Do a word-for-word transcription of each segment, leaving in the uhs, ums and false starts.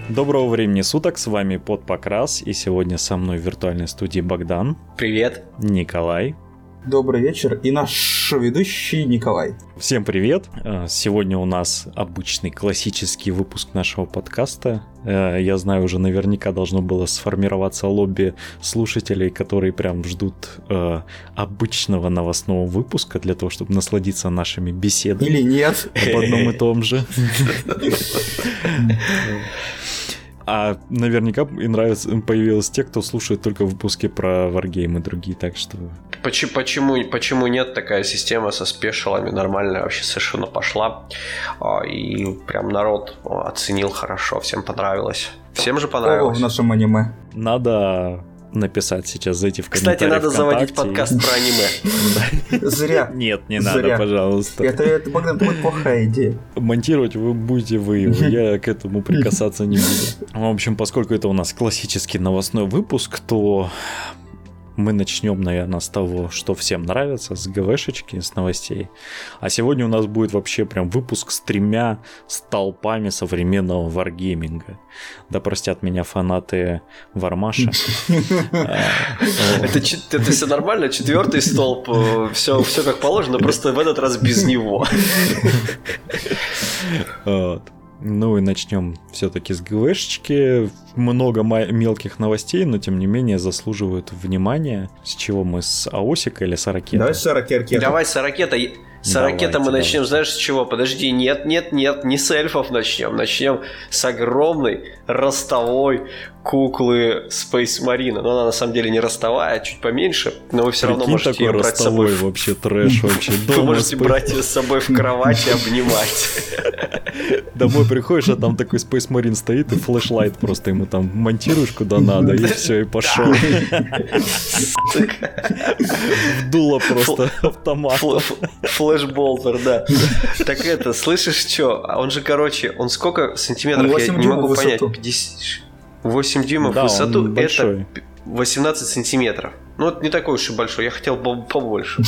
Доброго времени суток, с вами Подпокрас, и сегодня со мной в виртуальной студии Богдан. Привет. Николай. Добрый вечер, и наш ведущий Николай. Всем привет. Сегодня у нас обычный классический выпуск нашего подкаста. Я знаю, уже наверняка должно было сформироваться лобби слушателей, которые прям ждут обычного новостного выпуска для того, чтобы насладиться нашими беседами. Или нет. Об одном и том же. А наверняка и нравится, появилось те, кто слушает только выпуски про Wargame и другие, так что... Почему, почему, почему нет? Такая система со спешалами нормальная вообще совершенно пошла. И прям народ оценил хорошо, всем понравилось. Всем же понравилось. О, в нашем аниме. Надо написать сейчас, зайти в комментарии. Кстати, надо ВКонтакте заводить подкаст и... про аниме. Зря. Нет, не Зря. надо, пожалуйста. Это, это, Богдан, это будет плохая идея. Монтировать вы будете вы его, я к этому прикасаться не буду. В общем, поскольку это у нас классический новостной выпуск, то мы начнем, наверное, с того, что всем нравится, с ГВшечки, с новостей. А сегодня у нас будет вообще прям выпуск с тремя столпами современного варгейминга. Да простят меня фанаты Вармаша. Это все нормально, четвертый столб, все как положено, просто в этот раз без него. Ну и начнем все-таки с ГВшечки. Много мелких новостей, но тем не менее заслуживают внимания. С чего мы, с АОСика или с Аракета? Давай с Аракета. Давай с Аракета. С Аракета мы начнем, знаешь, с чего? Подожди, нет, нет, нет, не с эльфов начнем. Начнем с огромной ростовой куклы Space Marine. Но она на самом деле не ростовая, чуть поменьше. Но вы все равно можете ее брать с собой. Вообще трэш вообще. Вы можете брать ее с собой в кровать и обнимать. Домой приходишь, а там такой Space Marine стоит, и флешлайт просто ему там монтируешь куда надо, и все, и пошел. Вдуло просто автомат. Флэшболтер, да. Так это, слышишь, что? Он же, короче, он сколько сантиметров? Я не могу понять. восемь дюймов в высоту, это восемнадцать сантиметров. Ну, это не такой уж и большой, я хотел бы побольше.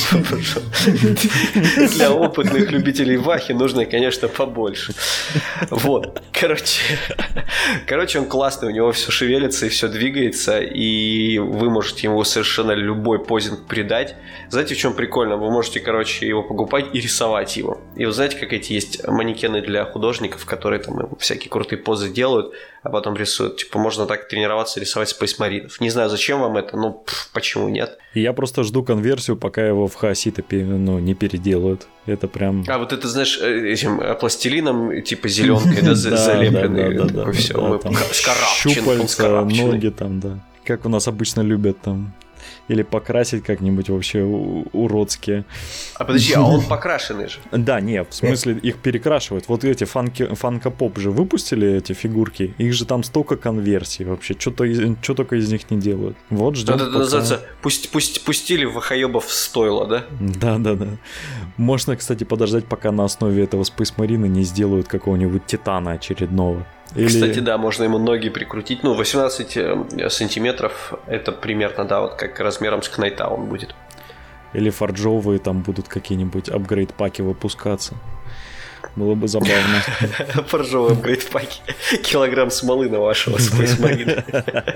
Для опытных любителей вахи нужно, конечно, побольше. Вот, короче, короче, он классный, у него все шевелится и все двигается, и вы можете ему совершенно любой позинг придать. Знаете, в чем прикольно? Вы можете, короче, его покупать и рисовать его. И вы знаете, как эти есть манекены для художников, которые там всякие крутые позы делают, а потом рисуют. Типа, можно так тренироваться, рисовать Space Marine. Не знаю, зачем вам это, но пф, почему нет? Я просто жду конверсию, пока его в хаосита ну, не переделают. Это прям... А вот это, знаешь, этим пластилином, типа зеленкой, да, залепленный. Все, мы щупальца, ноги там, да. Как у нас обычно любят там... Или покрасить как-нибудь вообще уродские. А подожди, а он покрашенный же? Да, не, в смысле их перекрашивают. Вот эти фанки, фанка-поп же выпустили эти фигурки. Их же там столько конверсий вообще. Что-то что только из них не делают. Вот ждем. Это пока... называется пусть, пусть, пустили вахоебов в стойло, да? Да-да-да. Можно, кстати, подождать, пока на основе этого Space Marine не сделают какого-нибудь Титана очередного. Или... Кстати, да, можно ему ноги прикрутить. Ну, восемнадцать сантиметров это примерно, да, вот как размером с Кнайта он будет. Или форджовые там будут какие-нибудь апгрейд-паки выпускаться. Было бы забавно. Форджовые апгрейд-паки. Килограмм смолы на вашего Space Marine.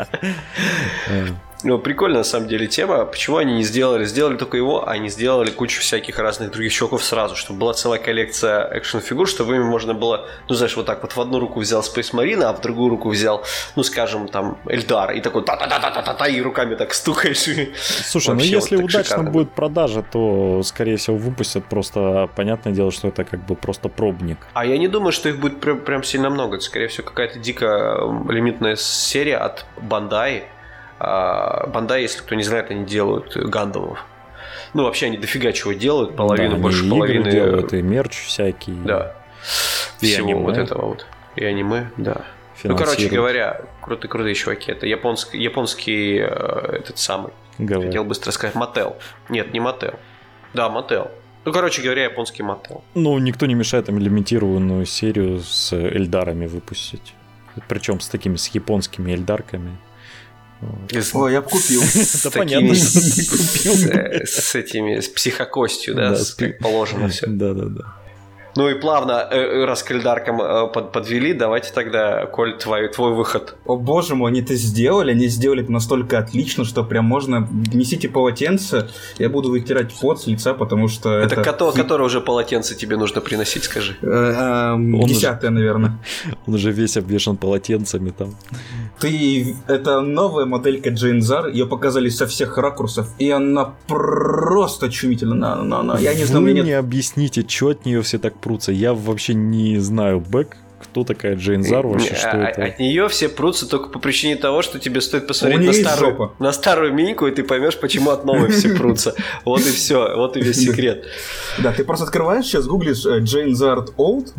Ну, прикольная на самом деле тема. Почему они не сделали? Сделали только его, а не сделали кучу всяких разных других чуваков сразу, чтобы была целая коллекция экшн-фигур, чтобы ими можно было, ну, знаешь, вот так вот в одну руку взял Space Marine, а в другую руку взял, ну, скажем, там, Эльдар, и такой та-та-та-та-та-та, и руками так стукаешь. Слушай, ну, если вот удачно будет продажа, то, скорее всего, выпустят просто, понятное дело, что это как бы просто пробник. А я не думаю, что их будет прям, прям сильно много. Это, скорее всего, какая-то дико лимитная серия от Bandai. Bandai, если кто не знает, они делают гандамов. Ну, вообще они дофига чего делают, половину, да, больше половины делают, и мерч всякий. Да. И всего аниме. Вот этого вот. И аниме, да. Ну, короче говоря, крутые, крутые чуваки. Это японский, японский этот самый. Говори. Хотел быстро сказать, Mattel. Нет, не Mattel. Да, Mattel. Ну, короче говоря, японский Mattel. Ну, никто не мешает им лимитированную серию с эльдарами выпустить. Причем с такими, с японскими эльдарками. О, я бы купил. Да понятно, что ты купил. С этими, с психокостью, да, как положено все. Да-да-да. Ну и плавно, э, раз к Эльдаркам э, под, подвели, давайте тогда, Коль, твой, твой выход. О боже мой, они это сделали, они сделали это настолько отлично, что прям можно... Несите полотенце, я буду вытирать пот с лица, потому что это... Это это... которое уже полотенце тебе нужно приносить, скажи. Десятое, наверное. Он уже весь обвешан полотенцами там. Ты... Это новая моделька Джейнзар, ее показали со всех ракурсов, и она просто чумительна. На, на, на. Я не знаю, Вы мне мне нет... объясните, что от нее все так прутся. Я вообще не знаю бэк, кто такая Джейнзар вообще, что а, это. От нее все прутся только по причине того, что тебе стоит У посмотреть нее на есть старую, жопа. на старую миньку, и ты поймешь, почему от новой все прутся. Вот и все, вот и весь секрет. Да, ты просто открываешь, сейчас гуглишь Джейнзар Old.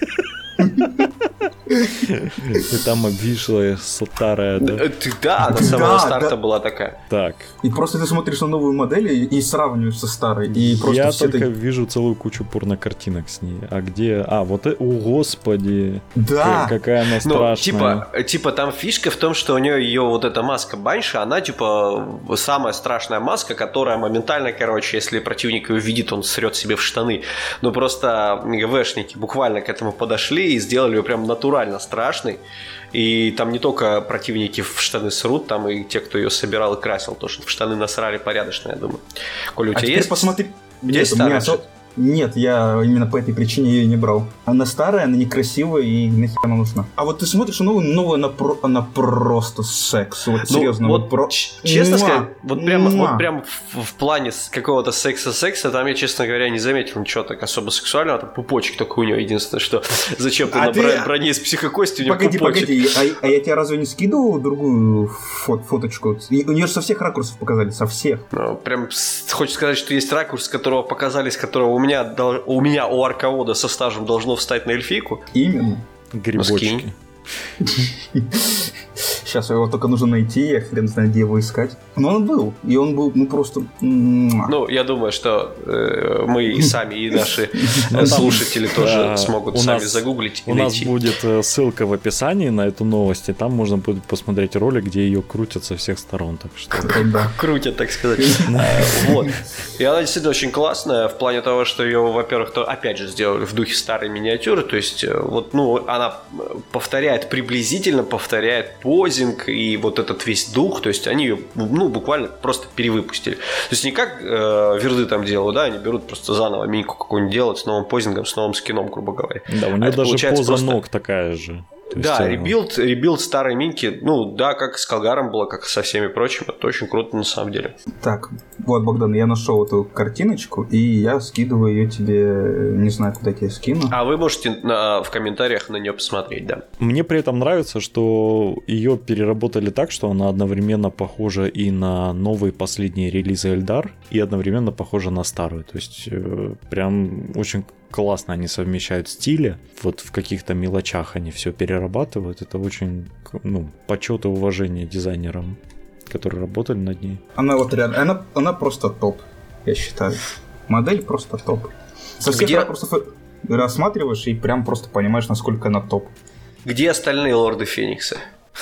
И там обвисла старая, да? Ты, да, она с самого Да, старта да. была такая. Так. И просто ты смотришь на новую модель и, и сравниваешь со старой. И просто Я все только это... вижу целую кучу порнокартинок с ней. А где... А, вот это... О, господи. Да. К- Какая она Ну, страшная. типа, типа там фишка в том, что у нее ее вот эта маска Банши, она типа самая страшная маска, которая моментально, короче, если противник ее видит, он срет себе в штаны. Но просто ГВшники буквально к этому подошли и сделали ее прям натурально страшной. И там не только противники в штаны срут, там и те, кто ее собирал и красил, то, что в штаны насрали порядочно, я думаю. Коля, у А тебя теперь есть? посмотри... Есть Нет, у меня старая? со- Нет, я именно по этой причине ее не брал. Она старая, она некрасивая и нахер она нужна. А вот ты смотришь на новую, новую, она, про... она просто секс. Вот Ну, серьезно. вот, про... ч- честно Муа! сказать, вот прям, Муа! вот прям в, в плане с- какого-то секса-секса, там я, честно говоря, не заметил ничего так особо сексуального, там пупочек только у нее единственное, что зачем-то А на ты- бро- броне из психокости у нее Погоди, пупочек. погоди, а, а я тебе разве не скидывал другую фот- фоточку? И у нее же со всех ракурсов показали, со всех. Ну, прям с- хочешь сказать, что есть ракурс, с которого показали, с которого у меня, дол- у меня, у арковода со стажем должно встать на эльфийку. Именно. Грибочки. Сейчас его только нужно найти, я хрен знает, где его искать. Но он был, и он был, ну просто... муа. Ну, я думаю, что э, мы и сами, и наши Ну, э, там, слушатели тоже э, смогут у сами нас- загуглить и У нас найти. будет э, ссылка в описании на эту новость, и там можно будет посмотреть ролик, где ее крутят со всех сторон. Так что... Да. Крутят, так сказать. Э, Вот. И она действительно очень классная в плане того, что ее, во-первых, то опять же сделали в духе старой миниатюры. То есть, э, вот, ну, она повторяет, приблизительно повторяет позинг и вот этот весь дух. То есть, они ее, ну, буквально просто перевыпустили. То есть, не как э, Верды там делают, да, они берут просто заново миньку какую-нибудь делать с новым позингом, с новым скином, грубо говоря. Да, у А нее это даже получается поза просто- ног такая же. То есть, Да, э, ребилд, ребилд старой миньки, ну да, как с Калгаром было, как со всеми прочими, это очень круто на самом деле. Так, вот, Богдан, я нашел эту картиночку, и я скидываю ее тебе, не знаю, куда я тебе скину. А вы можете на- в комментариях на нее посмотреть, да. Мне при этом нравится, что ее переработали так, что она одновременно похожа и на новые последние релизы Эльдар, и одновременно похожа на старую. То есть э, прям очень классно они совмещают стили. Вот в каких-то мелочах они все перерабатывают. Это очень, ну, почет и уважение дизайнерам, которые работали над ней. Она вот реально, она, она просто топ, я считаю. Модель просто топ. Со всех Где- ракурсов рассматриваешь и прям просто понимаешь, насколько она топ. Где остальные лорды Феникса?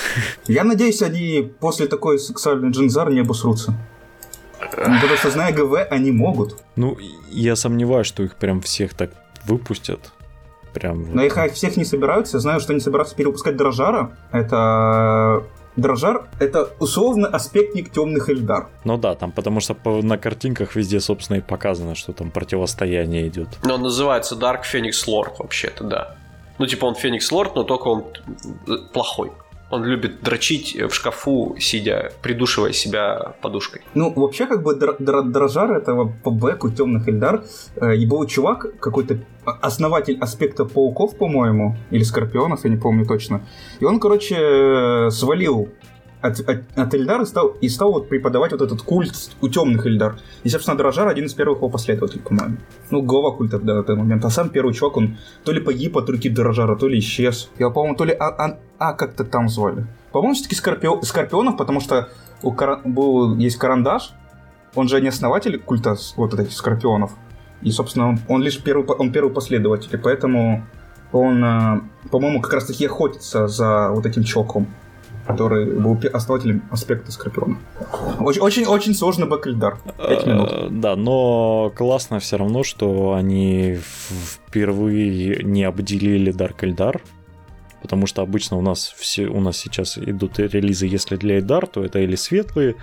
Я надеюсь, они после такой сексуальной Джинзар не обосрутся. Ну, потому что, зная ГВ, они могут. Ну, я сомневаюсь, что их прям всех так выпустят. Прям вот. Но их всех не собираются. Я знаю, что они собираются перевыпускать Дрожара. Это... Дрожар — это условно аспектник темных Эльдар. Ну да, там потому что по- на картинках везде, собственно, и показано, что там противостояние идет. Но он называется Dark Phoenix Lord вообще-то, да. Ну типа он Феникс Лорд, но только он э, плохой. Он любит дрочить в шкафу, сидя, придушивая себя подушкой. Ну, вообще, как бы, Др- Др- Дрожар — это по бэку темных Эльдар. Э, и был чувак, какой-то основатель аспекта пауков, по-моему, или скорпионов, я не помню точно. И он, короче, э, свалил от, от, от Эльдар и стал, и стал вот преподавать вот этот культ у темных Эльдар. И, собственно, Дрожар один из первых его последователей, по-моему. Ну, глава культа да, на этот момент. А сам первый чувак, он то ли погиб от руки Дрожара, то ли исчез. Его, по-моему, то ли А, а, а как-то там звали. По-моему, все-таки Скорпио, Скорпионов, потому что у Кара, был, есть Карандаш, он же не основатель культа вот этих Скорпионов. И, собственно, он, он лишь первый, он первый последователь, и поэтому он, по-моему, как раз-таки охотится за вот этим чуваком. который был основателем аспекта Скорпиона. Очень, очень, очень сложный бэк Эльдар. пять минут. Да, но классно все равно, что они впервые не обделили Dark Eldar, потому что обычно у нас все, у нас сейчас идут релизы, если для Эльдар, то это или светлые,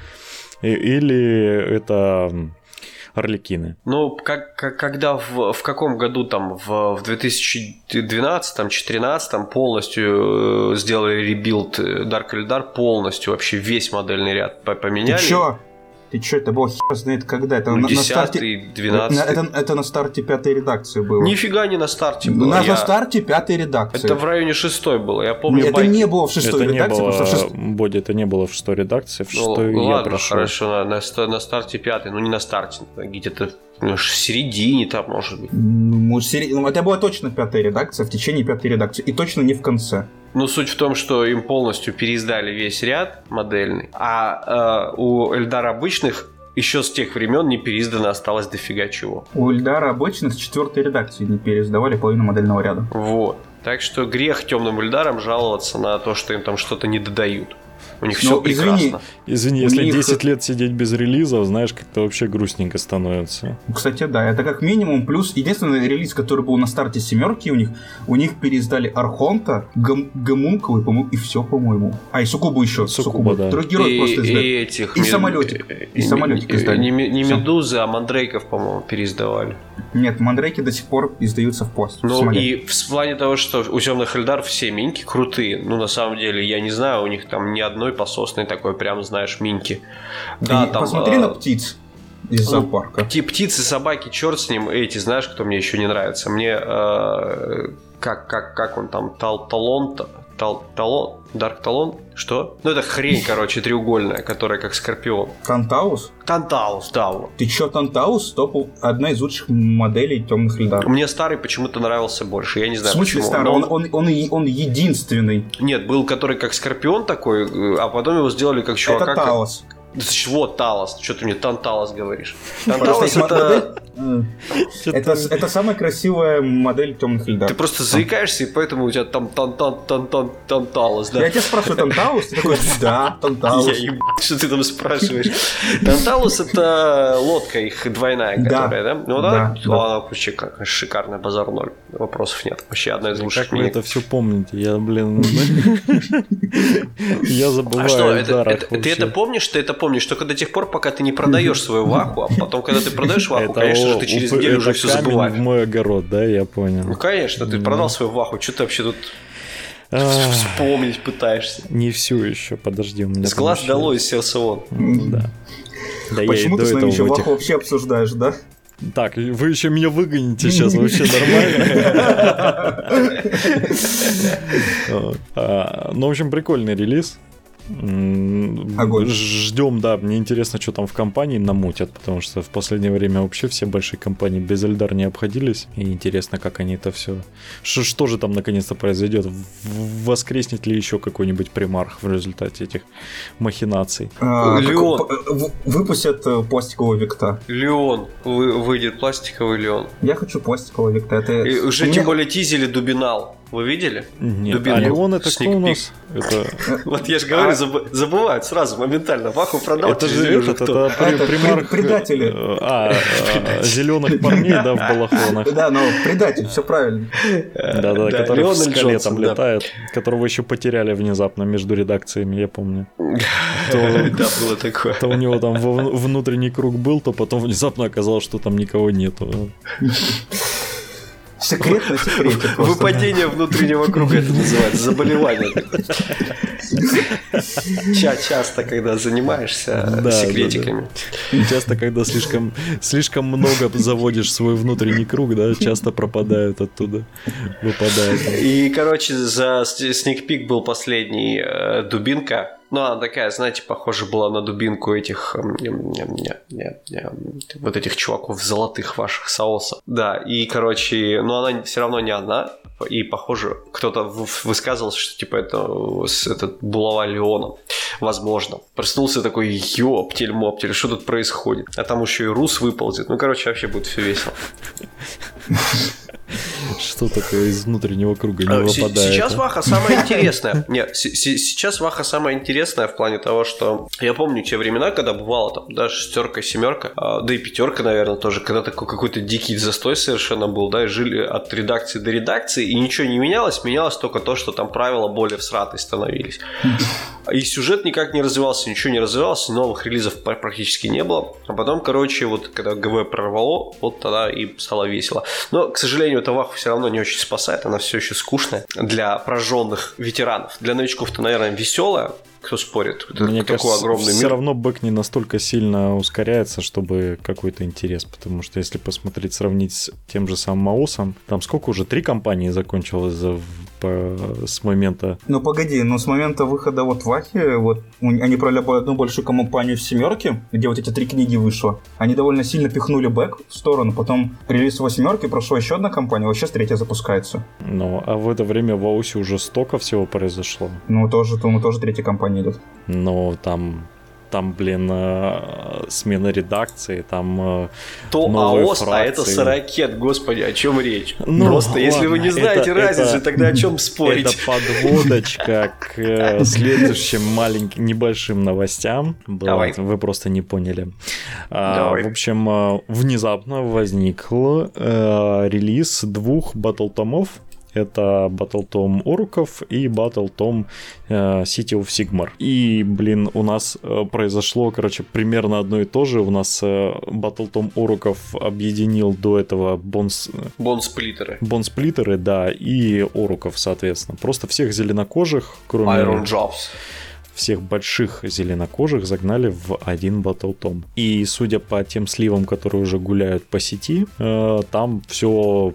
или это Арлекины. Ну, как, как, когда в, в каком году там, в, в две тысячи двенадцатом — две тысячи четырнадцатом полностью сделали ребилд Dark Eldar, полностью вообще весь модельный ряд поменяли. Ты чё? Ты чё, это было хер знает когда? Это ну, на, десятый, на старте... двенадцатый. Это, это на старте пятой редакции было. Нифига не на старте было. На, я... на старте пятой редакции. Это в районе шестой было, я помню. Это байки. не было в шестой это редакции. Не было, в шест... Боди, это не было в шестой редакции. В ну, шестой ну, я ладно, пришел. хорошо, на, на, на старте пятой, ну не на старте, где-то в середине там, может быть. Ну, сери... Это была точно пятая редакция, в течение пятой редакции, и точно не в конце. Ну, суть в том, что им полностью переиздали весь ряд модельный, а э, у Эльдар обычных еще с тех времен не переиздано осталось дофига чего. У Эльдара обычных с четвертой редакции не переиздавали половину модельного ряда. Вот. Так что грех темным Эльдарам жаловаться на то, что им там что-то не додают. У них Но, все прекрасно. Извини, извини если них... десять лет сидеть без релизов, знаешь, как-то вообще грустненько становится. Кстати, да, это как минимум. Плюс единственный релиз, который был на старте семерки у них, у них переиздали Архонта, Гам... Гамункова, по-моему, и все, по-моему. А, и Сукубу еще. Сукуба, да. Другой герой и, просто издали. И этих... И самолетик. И самолетик издали. Не, не Медузы, а Мандрейков, по-моему, переиздавали. Нет, Мандрейки до сих пор издаются в пост. Ну и в плане того, что у темных Эльдар все миньки крутые. Ну, на самом деле, я не знаю, у них там ни одной пососной такой, прям, знаешь, миньки. Да, там, посмотри а... на птиц из ну, зоопарка. Те птицы, собаки, черт с ним. Эти, знаешь, кто мне еще не нравится? Мне э, как, как, как он там, тал, талон, тал, талон, Дарк Талон? Что? Ну, это хрень, короче, треугольная, которая как Скорпион. Тантаус? Тантаус, да. Вот. Ты чё, Тантаус? Топал одна из лучших моделей темных Эльдар. Мне старый почему-то нравился больше, я не знаю почему. В смысле почему. старый? Он, он, он, он, он единственный. Нет, был который как Скорпион такой, а потом его сделали как чувака. Это Талос. Как... Вот Талос, что ты мне Танталос говоришь? Танталос это... Это, это самая красивая модель темных Эльдар. Ты просто заикаешься, и поэтому у тебя там Танталос, да? Я тебя спрашиваю, Танталус? Ты такой, да, Танталус. Я ебать, что ты там спрашиваешь. Танталус это лодка их двойная, которая, да? Ну да, она вообще шикарная, базар ноль. Вопросов нет. Вообще одна из лучших. Как вы это все помните? Я, блин... Я забываю. А что, ты это помнишь? Ты это помнишь только до тех пор, пока ты не продаешь свою ваху, а потом, когда ты продаешь ваху, конечно же, ты через неделю уже все забываешь. В мой огород, да, я понял. Ну, конечно, ты продал свою ваху, что ты вообще тут вспомнить пытаешься? Не всю еще, подожди, у меня. С глаз долой, из сердца вон. Да. Почему ты с нами еще ваху вообще обсуждаешь, да? Так, вы еще меня выгоните сейчас, вообще нормально. Ну, в общем, прикольный релиз. Огонь. Ждем, да, мне интересно, что там в компании намутят, потому что в последнее время вообще все большие компании без Эльдар не обходились, и интересно, как они это все, что, что же там наконец-то произойдет, воскреснет ли еще какой-нибудь примарх в результате этих махинаций. А, Леон выпустят пластикового Викта. Леон выйдет пластиковый Леон. Я хочу пластикового Викта. Это... И уже меня... тем более тизили Дубинал. Вы видели? Нет, Дубинал. А Леон это кто у нас? Это... Вот я же говорю, заб... забывают сразу, моментально. Ваху продал. Это же этот, это, это примарх... Предатели. А, зеленых парней, да, в балахонах. Да, ну, предатель, все правильно. Да-да, который в скале там летает, которого еще потеряли внезапно между редакциями, я помню. Да, было такое. То у него там внутренний круг был, то потом внезапно оказалось, что там никого нету. Секрет на секрете. Выпадение внутреннего круга это называется, заболевание. Часто, когда занимаешься да, секретиками. Да, да. Часто, когда слишком, слишком много заводишь свой внутренний круг, да, часто пропадают оттуда, выпадают. И, короче, за сникпик был последний э, Дубинка. Ну, она такая, знаете, похожа была на дубинку этих вот этих чуваков золотых ваших соусов. Да, и, короче, но она все равно не одна. И, похоже, кто-то высказывался, что, типа, это этот булава Леона. Возможно. Проснулся такой, ёптель-моптель, что тут происходит? А там еще и Рус выползет. Ну, короче, вообще будет все весело. Что такое из внутреннего круга не выпадает? Сейчас Ваха самая интересная. Нет, сейчас Ваха самая интересная в плане того, что я помню те времена, когда бывало там, да, шестерка, семерка, да и пятерка, наверное, тоже, когда такой какой-то дикий застой совершенно был, да, и жили от редакции до редакции, и ничего не менялось, менялось только то, что там правила более всратые становились. И сюжет никак не развивался, ничего не развивалось, новых релизов практически не было. А потом, короче, вот когда ГВ прорвало, вот тогда и стало весело. Но, к сожалению, эта Ваху все равно не очень спасает, она все еще скучная для прожженных ветеранов. Для новичков-то, наверное, веселая. Кто спорит? Это Мне такой кажется, огромный все мир. равно бэк не настолько сильно ускоряется, чтобы какой-то интерес, потому что если посмотреть, сравнить с тем же самым Маосом, там сколько уже, три компании закончилось за, по, с момента... Ну погоди, ну с момента выхода вот Вахи, вот они брали одну большую компанию в семерке, где вот эти три книги вышло, они довольно сильно пихнули бэк в сторону, потом релиз восьмерки, прошла еще одна компания, вот сейчас третья запускается. Ну, а в это время в Аосе уже столько всего произошло. Ну тоже, ну, тоже третья компания идет. Но там, там, блин, смена редакции, там то новые АОС, фракции. А это сорокет, господи, о чем речь? Ну, Просто, ладно, если вы не знаете это, разницы, это, тогда о чем спорить? Это подводочка к следующим маленьким, небольшим новостям. Давай. Вы просто не поняли. Давай. В общем, внезапно возник релиз двух батл-томов. Это Батл-том Оруков и Батл-том э, City of Sigmar. И, блин, у нас э, произошло, короче, примерно одно и то же. У нас э, Батл-том Оруков объединил до этого Бонс... Бонсплиттеры. Бонсплиттеры, да, и Оруков, соответственно. Просто всех зеленокожих, кроме... Iron Jobs. Всех больших зеленокожих загнали в один батл-том. И судя по тем сливам, которые уже гуляют по сети, э, там все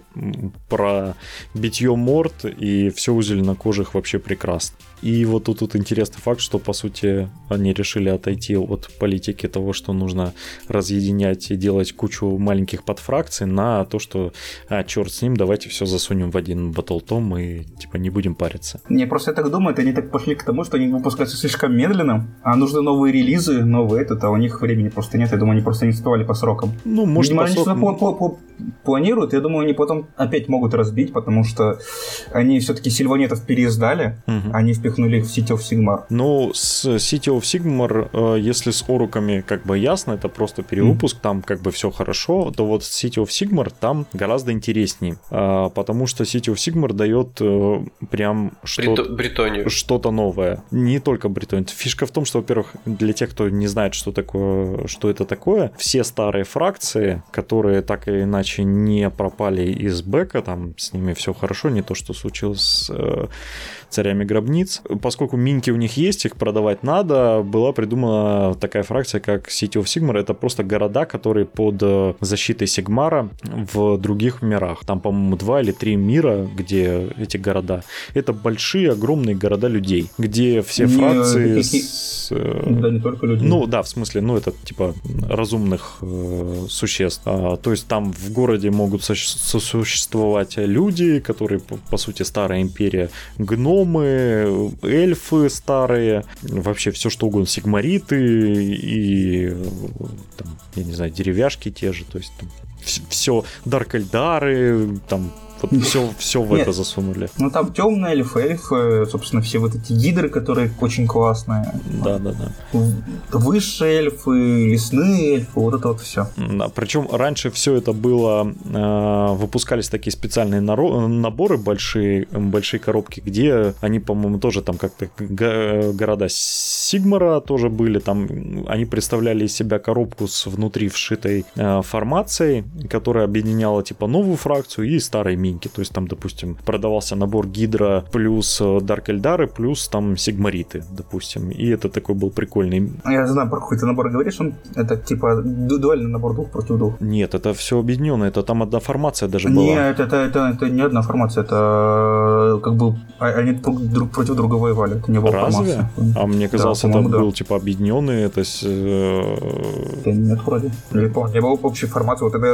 про битье морд, и все у зеленокожих вообще прекрасно. И вот тут, тут интересный факт, что, по сути, они решили отойти от политики того, что нужно разъединять и делать кучу маленьких подфракций, на то, что, а, черт с ним, давайте все засунем в один батл-том и, типа, не будем париться. Не, просто я так думаю, они так пошли к тому, что они выпускаются слишком медленно, а нужны новые релизы, новые этот, а у них времени просто нет. Я думаю, они просто не успевали по срокам. Ну, может, Видимо, по они срокам... что-то по- по- планируют, я думаю, они потом опять могут разбить, потому что они все-таки сильванетов переиздали, угу. Они впихнули их в City of Sigmar. Ну, с City of Sigmar, если с Оруками как бы ясно, это просто перевыпуск, mm. там как бы все хорошо, то вот с City of Sigmar там гораздо интереснее, потому что City of Sigmar дает прям что-то, Бритонию. что-то новое. Не только Бритонию. Фишка в том, что, во-первых, для тех, кто не знает, что такое, что это такое, все старые фракции, которые так или иначе не пропали из бэка, там с ними все хорошо, не то, что случилось с э, царями гробниц. Поскольку минки у них есть, их продавать надо, была придумана такая фракция, как City of Sigmar. Это просто города, которые под защитой Сигмара в других мирах. Там, по-моему, два или три мира, где эти города. Это большие, огромные города людей, где все не, фракции... Не, с... Да, не только людей. Ну, да, в смысле, ну, это типа разумных э, существ. А, то есть там в городе могут сосуществовать люди, которые, по, по сути, старая империя, гномы, эльфы старые, вообще все что угодно, сигмариты и, там, я не знаю, деревяшки те же, то есть там все, даркальдары, там вот все, все в Нет, это засунули. Ну там темные эльфы, эльфы, собственно, все вот эти гидры, которые очень классные. Да, да, да. Высшие эльфы, лесные эльфы, вот это вот все. Да, причем раньше все это было, э, выпускались такие специальные наро- наборы, большие, большие коробки, где они, по-моему, тоже там как-то го- города Сигмара тоже были, там они представляли из себя коробку с внутри вшитой э, формацией, которая объединяла типа новую фракцию и старые мини. То есть там, допустим, продавался набор Гидра плюс Дарк Эльдары плюс там Сигмариты, допустим. И это такой был прикольный. Я знаю, про какой ты набор говоришь, он это типа дуэльный набор двух против двух. Нет, это все объединено, это там одна формация даже была. Нет, это, это, это не одна формация, это как бы они друг против друга воевали, это не была Разве? формация. А мне казалось, да, это да. был типа объединенный, это... Да нет, вроде. Я помню, не было общей формации, вот это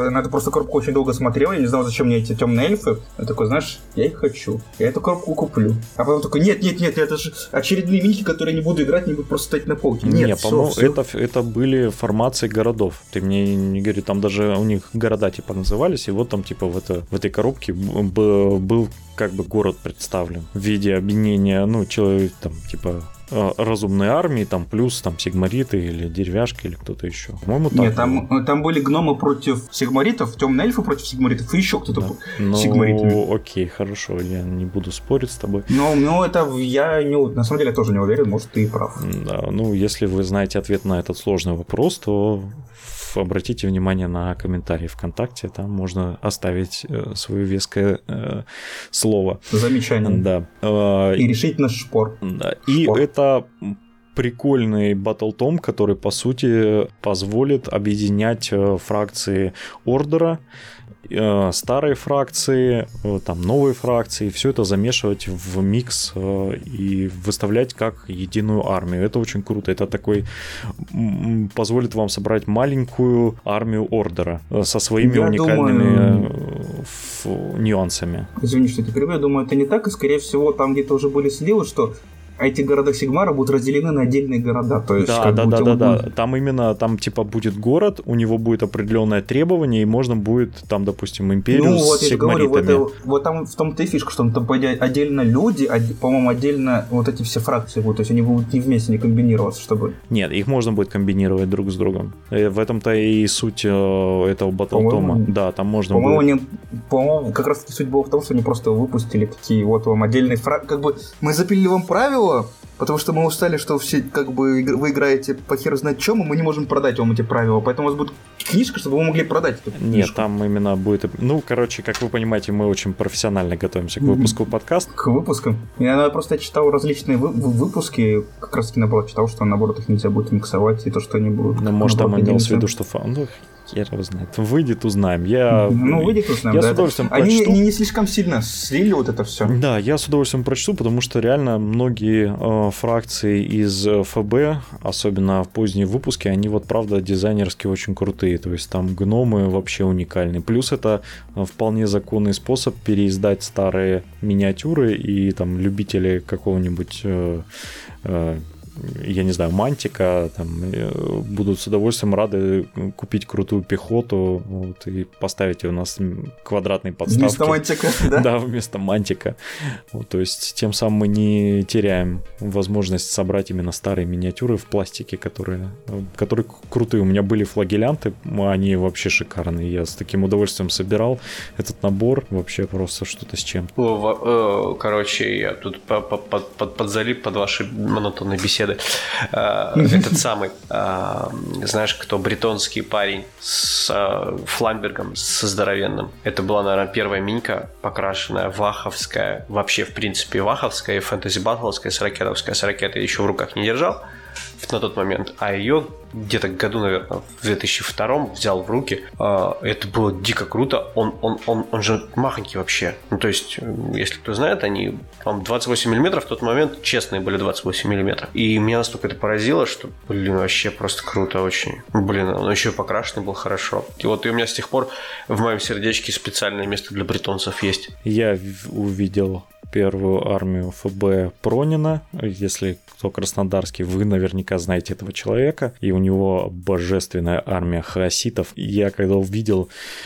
на эту просто коробку очень долго смотрел, я не знал, зачем мне эти темные эльфы. Я такой, знаешь, я их хочу, я эту коробку куплю. А потом такой, нет, нет, нет, это же очередные миники, которые не буду играть, не будут просто стоять на полке. Нет, не, все, по-моему, все. Это, это были формации городов. Ты мне не говори, там даже у них города типа назывались, и вот там типа в, это, в этой коробке б- был как бы город представлен в виде объединения, ну, человек там типа разумной армии, там плюс там сигмариты или деревяшки или кто-то еще. По-моему, так. Нет, там, там были гномы против сигмаритов, темные эльфы против сигмаритов и еще кто-то да. ну, с сигмаритами. Ну, окей, хорошо, я не буду спорить с тобой. Ну, ну это я не, на самом деле я тоже не уверен, может, ты и прав. Да, ну, если вы знаете ответ на этот сложный вопрос, то обратите внимание на комментарии ВКонтакте, там можно оставить э, свое веское э, слово. Замечание. Да. Э, и решить наш спор. Да. И спор. это прикольный батл-том, который, по сути, позволит объединять фракции Ордера, старые фракции, там новые фракции, все это замешивать в микс и выставлять как единую армию. Это очень круто. Это такой позволит вам собрать маленькую армию Ордера со своими я уникальными думаю... нюансами. Извини, что теперь я думаю, это не так, и скорее всего там где-то уже были сливы, что эти города Сигмара будут разделены на отдельные города. То есть, да, как да, бы, да, да, да. будет... Там именно, там типа будет город, у него будет определенное требование, и можно будет там, допустим, империю ну, с вот, сигмаритами. Вот, это, вот там в том-то и фишка, что там отдельно люди, по-моему, отдельно вот эти все фракции будут, то есть они будут не вместе, не комбинироваться, чтобы... Нет, их можно будет комбинировать друг с другом. И в этом-то и суть этого батл-тома. Да, там можно по-моему, будет... Не, по-моему, как раз-таки суть была в том, что они просто выпустили такие вот вам отдельные фракции. Как бы мы запилили вам правила, потому что мы устали, что все, как бы, вы играете по хер знает чем, и мы не можем продать вам эти правила. Поэтому у вас будет книжка, чтобы вы могли продать эту книжку. Нет, там именно будет... Ну, короче, как вы понимаете, мы очень профессионально готовимся к выпуску подкаста. К выпускам. Я просто читал различные вы- выпуски, как раз таки наоборот читал, что наоборот их нельзя будет миксовать, и то, что они будут... Ну, может, там имелось в виду, что... Ну, хер его знает. Выйдет, узнаем. Я... Ну, выйдет, узнаем, я да, с удовольствием это... прочту. Они, они не слишком сильно слили вот это все. Да, я с удовольствием прочту, потому что реально многие э, фракции из ФБ, особенно в поздние выпуски, они вот правда дизайнерски очень крутые. То есть там гномы вообще уникальные. Плюс это вполне законный способ переиздать старые миниатюры, и там любители какого-нибудь... Э, э, я не знаю, мантика, там, будут с удовольствием рады купить крутую пехоту вот, и поставить ее на квадратной подставке. Вместо мантика, да? Да, вместо мантика. Вот, то есть тем самым мы не теряем возможность собрать именно старые миниатюры в пластике, которые, которые крутые. У меня были флагелянты, они вообще шикарные. Я с таким удовольствием собирал этот набор. Вообще просто что-то с чем. Короче, я тут подзалип под ваши монотонные беседы. Этот самый, знаешь, кто бретонский парень с фламбергом, со здоровенным. Это была, наверное, первая минька, покрашенная ваховская, вообще, в принципе, ваховская и фэнтези-баттловская, с ракетовская. С ракетой еще в руках не держал на тот момент, а ее где-то к году, наверное, в две тысячи втором взял в руки. Это было дико круто. Он, он, он, он же махонький вообще. Ну, то есть, если кто знает, они, по-моему, двадцать восемь миллиметров в тот момент честные были двадцать восемь миллиметров. И меня настолько это поразило, что, блин, вообще просто круто очень. Блин, он еще и покрашенный был хорошо. И вот и у меня с тех пор в моем сердечке специальное место для бретонцев есть. Я увидел первую армию ФБ Пронина. Если кто краснодарский, вы наверняка знаете этого человека. И у него божественная армия хаоситов. И я когда увидел,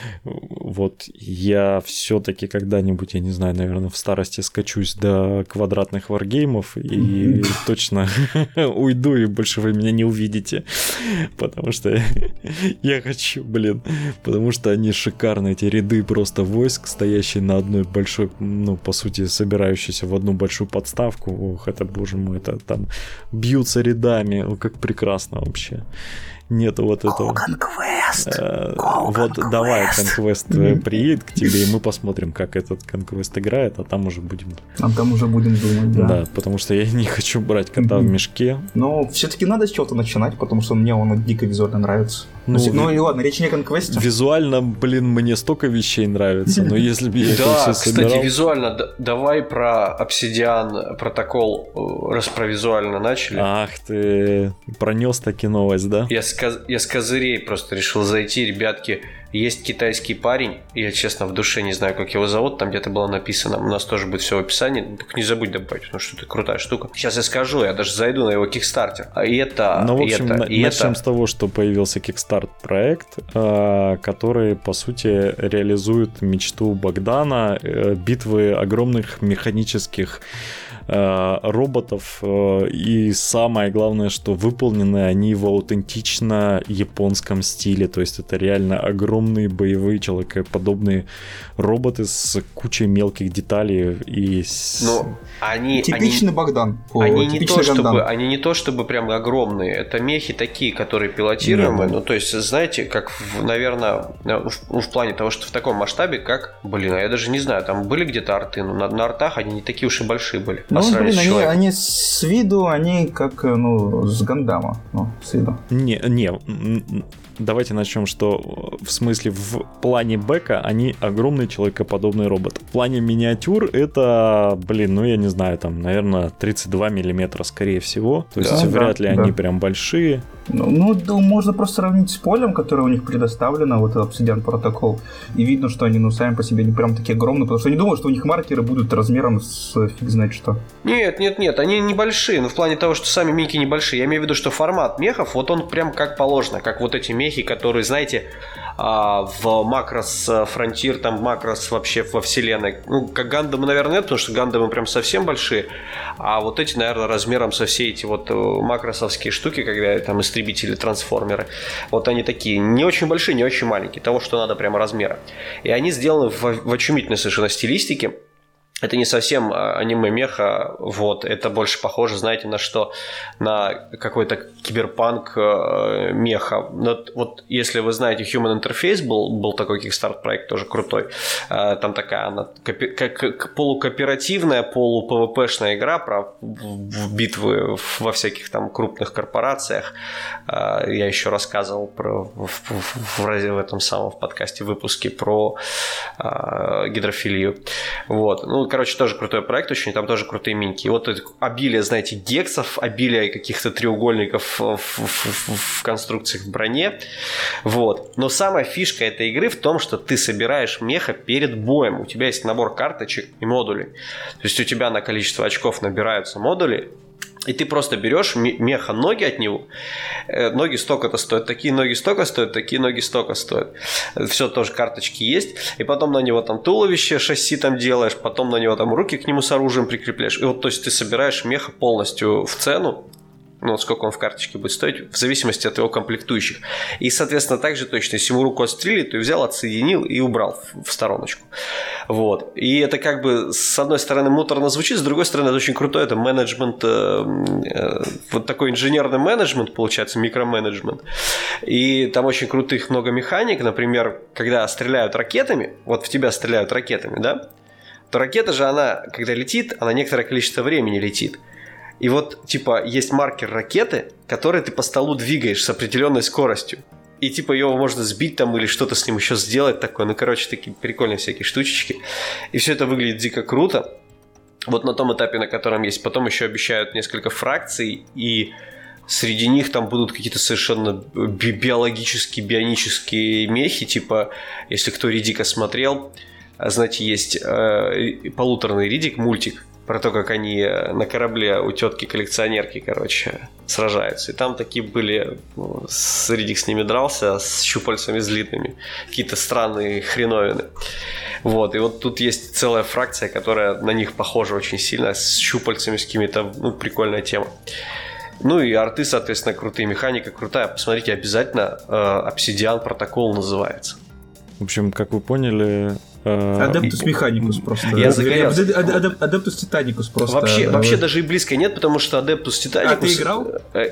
вот я все-таки когда-нибудь, я не знаю, наверное, в старости скачусь до квадратных варгеймов и точно уйду, и больше вы меня не увидите. Потому что я хочу, блин, потому что они шикарные, эти ряды просто войск, стоящие на одной большой, ну, по сути, собирающиеся в одну большую подставку. Ох, это, боже мой, это там бьются рядами. О, как прекрасно вообще. Нету вот этого. Conquest. Э, вот Conquest. давай, Conquest mm-hmm. приедет к тебе, и мы посмотрим, как этот Conquest играет, а там уже будем... А там уже будем думать, да. Да, потому что я не хочу брать кота mm-hmm. в мешке. Но все-таки надо с чего-то начинать, потому что мне он дико визуально нравится. Ну, ну, ну и ладно, речь не о Conquest. Визуально, блин, мне столько вещей нравится, но если бы я это да, все собирал... кстати, визуально, да, давай про Obsidian протокол, раз про визуально начали. Ах ты, пронес таки новость, да? Я с, коз... я с козырей просто решил зайти, ребятки. Есть китайский парень, я, честно, в душе не знаю, как его зовут, там где-то было написано, у нас тоже будет все в описании, только не забудь добавить, потому что это крутая штука. Сейчас я скажу, я даже зайду на его Kickstarter. И это... Ну, в общем, это, на- и начнем это... с того, что появился Kickstart-проект, э, который, по сути, реализует мечту Богдана, э, битвы огромных механических э, роботов, э, и самое главное, что выполнены они в аутентично японском стиле, то есть это реально огромные боевые человекоподобные роботы с кучей мелких деталей и с... Ну, они... Типичный они... Богдан. О, Они не, то, Гандан. чтобы, они не то чтобы прям огромные, это мехи такие, которые пилотируемые, Нет, ну то есть, знаете, как, в, наверное, в, в плане того, что в таком масштабе, как, блин, а я даже не знаю, там были где-то арты, но на, на артах они не такие уж и большие были. Ну, блин, они, человеком. они с виду, они как, ну, с Гандама, ну, с виду. Не, не, м, давайте начнем, что в смысле в плане бэка они огромный человекоподобный робот. В плане миниатюр это, блин, ну я не знаю, там, наверное, тридцать два миллиметра, скорее всего. То есть Да, вряд да, ли да. они прям большие. Ну, ну, да, можно просто сравнить с полем, которое у них предоставлено, вот этот Obsidian протокол, и видно, что они, ну, сами по себе не прям такие огромные, потому что я не думаю, что у них маркеры будут размером с фиг знает что. Нет, нет, нет, они небольшие, но в плане того, что сами мехи небольшие. Я имею в виду, что формат мехов, вот он прям как положено, как вот эти мехи, которые, знаете, в Macross Frontier, там Macross вообще во вселенной. Ну, как Гандамы, наверное, нет, потому что Гандамы прям совсем большие, а вот эти, наверное, размером со все эти вот макросовские штуки, когда там истребители, трансформеры, вот они такие, не очень большие, не очень маленькие, того, что надо прямо размера. И они сделаны в, в очумительной совершенно стилистике. Это не совсем аниме-меха, вот, это больше похоже, знаете, на что? На какой-то киберпанк э, меха. Вот, вот если вы знаете, Human Interface был, был такой Kickstarter проект, тоже крутой. Э, там такая она копи- как, полукооперативная, полу-пвпшная игра про в битвы во всяких там крупных корпорациях. Э, я еще рассказывал про, в, в, в, в этом самом в подкасте выпуске про э, гидрофилию. Вот, ну, короче, тоже крутой проект очень, там тоже крутые миньки. И вот это обилие, знаете, гексов, обилие каких-то треугольников в, в, в, в конструкциях в броне. Вот. Но самая фишка этой игры в том, что ты собираешь меха перед боем. У тебя есть набор карточек и модулей. То есть у тебя на количество очков набираются модули, и ты просто берешь меха, ноги от него. Ноги столько-то стоят, такие ноги столько стоят, такие ноги столько стоят. Все тоже карточки есть. И потом на него там туловище, шасси там делаешь, потом на него там руки к нему с оружием прикрепляешь. И вот, то есть ты собираешь меха полностью в цену. Ну, сколько он в карточке будет стоить, в зависимости от его комплектующих. И, соответственно, также точно, если ему руку отстрелили, то взял, отсоединил и убрал в стороночку. Вот. И это как бы, с одной стороны, муторно звучит, с другой стороны, это очень крутой, это менеджмент, э, э, вот такой инженерный менеджмент, получается, микроменеджмент. И там очень крутых много механик, например, когда стреляют ракетами, вот в тебя стреляют ракетами, да, то ракета же, она, когда летит, она некоторое количество времени летит. И вот, типа, есть маркер ракеты, который ты по столу двигаешь с определенной скоростью. И, типа, его можно сбить там или что-то с ним еще сделать такое. Ну, короче, такие прикольные всякие штучечки. И все это выглядит дико круто. Вот на том этапе, на котором есть. Потом еще обещают несколько фракций. И среди них там будут какие-то совершенно би- биологические, бионические мехи. Типа, если кто Риддика смотрел, знаете, есть э, полуторный Риддик, мультик. Про то, как они на корабле у тетки-коллекционерки, короче, сражаются. И там такие были... Ну, Риддик с ними дрался, с щупальцами злитными. Какие-то странные хреновины. Вот. И вот тут есть целая фракция, которая на них похожа очень сильно. С щупальцами, с какими-то... Ну, прикольная тема. Ну и арты, соответственно, крутые. Механика крутая. Посмотрите обязательно. Obsidian протокол называется. В общем, как вы поняли... Адептус Mechanicus просто. Я загорелся. Адептус Titanicus просто. Вообще, вообще даже и близко нет, потому что Адептус Titanicus... А ты играл?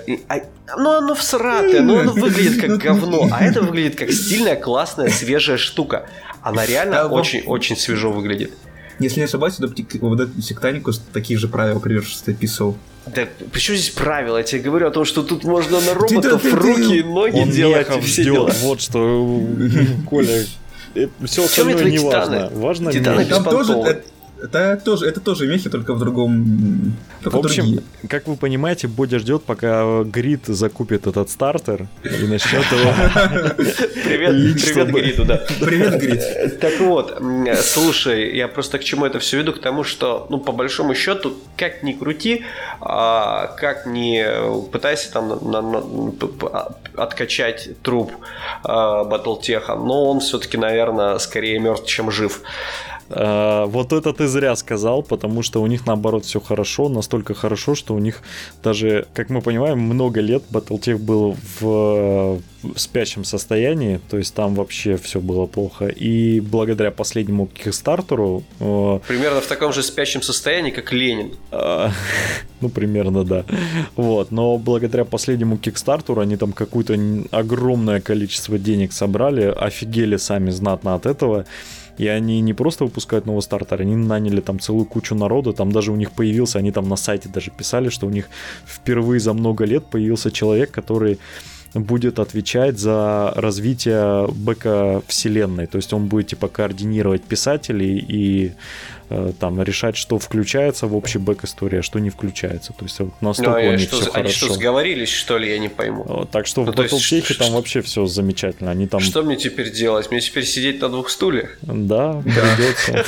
Ну, оно всратое, но оно выглядит как говно. А это выглядит как стильная, классная, свежая штука. Она реально очень-очень свежо выглядит. Если не ошибаюсь, Адептус Titanicus таких же правил придерживается, ты описывал. Да почему здесь правила? Я тебе говорю о том, что тут можно на роботов руки и ноги делать и все дела. Вот что, Коля... Все остальное не важно. Важно Титаны там тоже, Это тоже, это тоже мехи, только в другом... Только в общем, другие. как вы понимаете, Бодя ждет, пока Грид закупит этот стартер и начнет его... Привет, привет Гриду, да. Привет, Грид. Так вот, слушай, я просто к чему это все веду? К тому, что, ну, по большому счету, как ни крути, как ни пытайся там на, на, на, откачать труп Батлтеха, но он все-таки, наверное, скорее мертв, чем жив. Uh, вот это ты зря сказал, потому что у них наоборот все хорошо, настолько хорошо, что у них даже, как мы понимаем, много лет Battletech был в, в спящем состоянии, то есть там вообще все было плохо. И благодаря последнему кикстартеру... Uh, примерно в таком же спящем состоянии, как Ленин. Uh, ну, примерно, да. Вот. Но благодаря последнему кикстартеру они там какое-то огромное количество денег собрали, офигели сами знатно от этого. И они не просто выпускают новый стартер, они наняли там целую кучу народа, там даже у них появился, они там на сайте даже писали, что у них впервые за много лет появился человек, который будет отвечать за развитие бэка вселенной, то есть он будет типа координировать писателей и э, там решать, что включается в общий бэк истории, а что не включается, то есть вот настолько ну, у них что, все они хорошо. Они что, сговорились, что ли, я не пойму. Так что ну, в Battletech там вообще все замечательно. Они там... Что мне теперь делать? Мне теперь сидеть на двух стульях? Да, придется.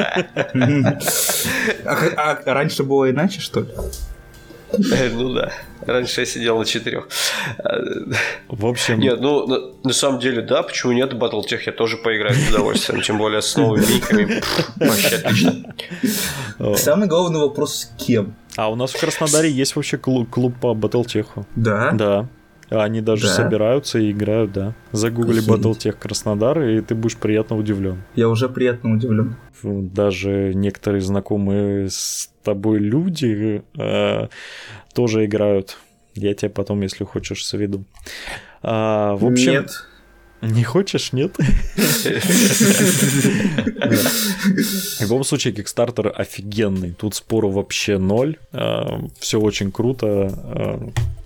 А раньше было иначе, что ли? Ну да, раньше я сидел на четырех. В общем... Нет, ну на, на самом деле, да, почему нет, Battletech я тоже поиграю с удовольствием, тем более с новыми миками. Вообще отлично. Самый главный вопрос, с кем? А у нас в Краснодаре есть вообще клуб, клуб по Battletech. Да? Да. Они даже да? собираются и играют, да. Загугли Battletech Краснодар, и ты будешь приятно удивлен. Я уже приятно удивлен. Даже некоторые знакомые с тобой люди э, тоже играют. Я тебе потом, если хочешь, соведу. А, в общем... Нет. Не хочешь, нет? В любом случае, Kickstarter офигенный. Тут спору вообще ноль. Все очень круто.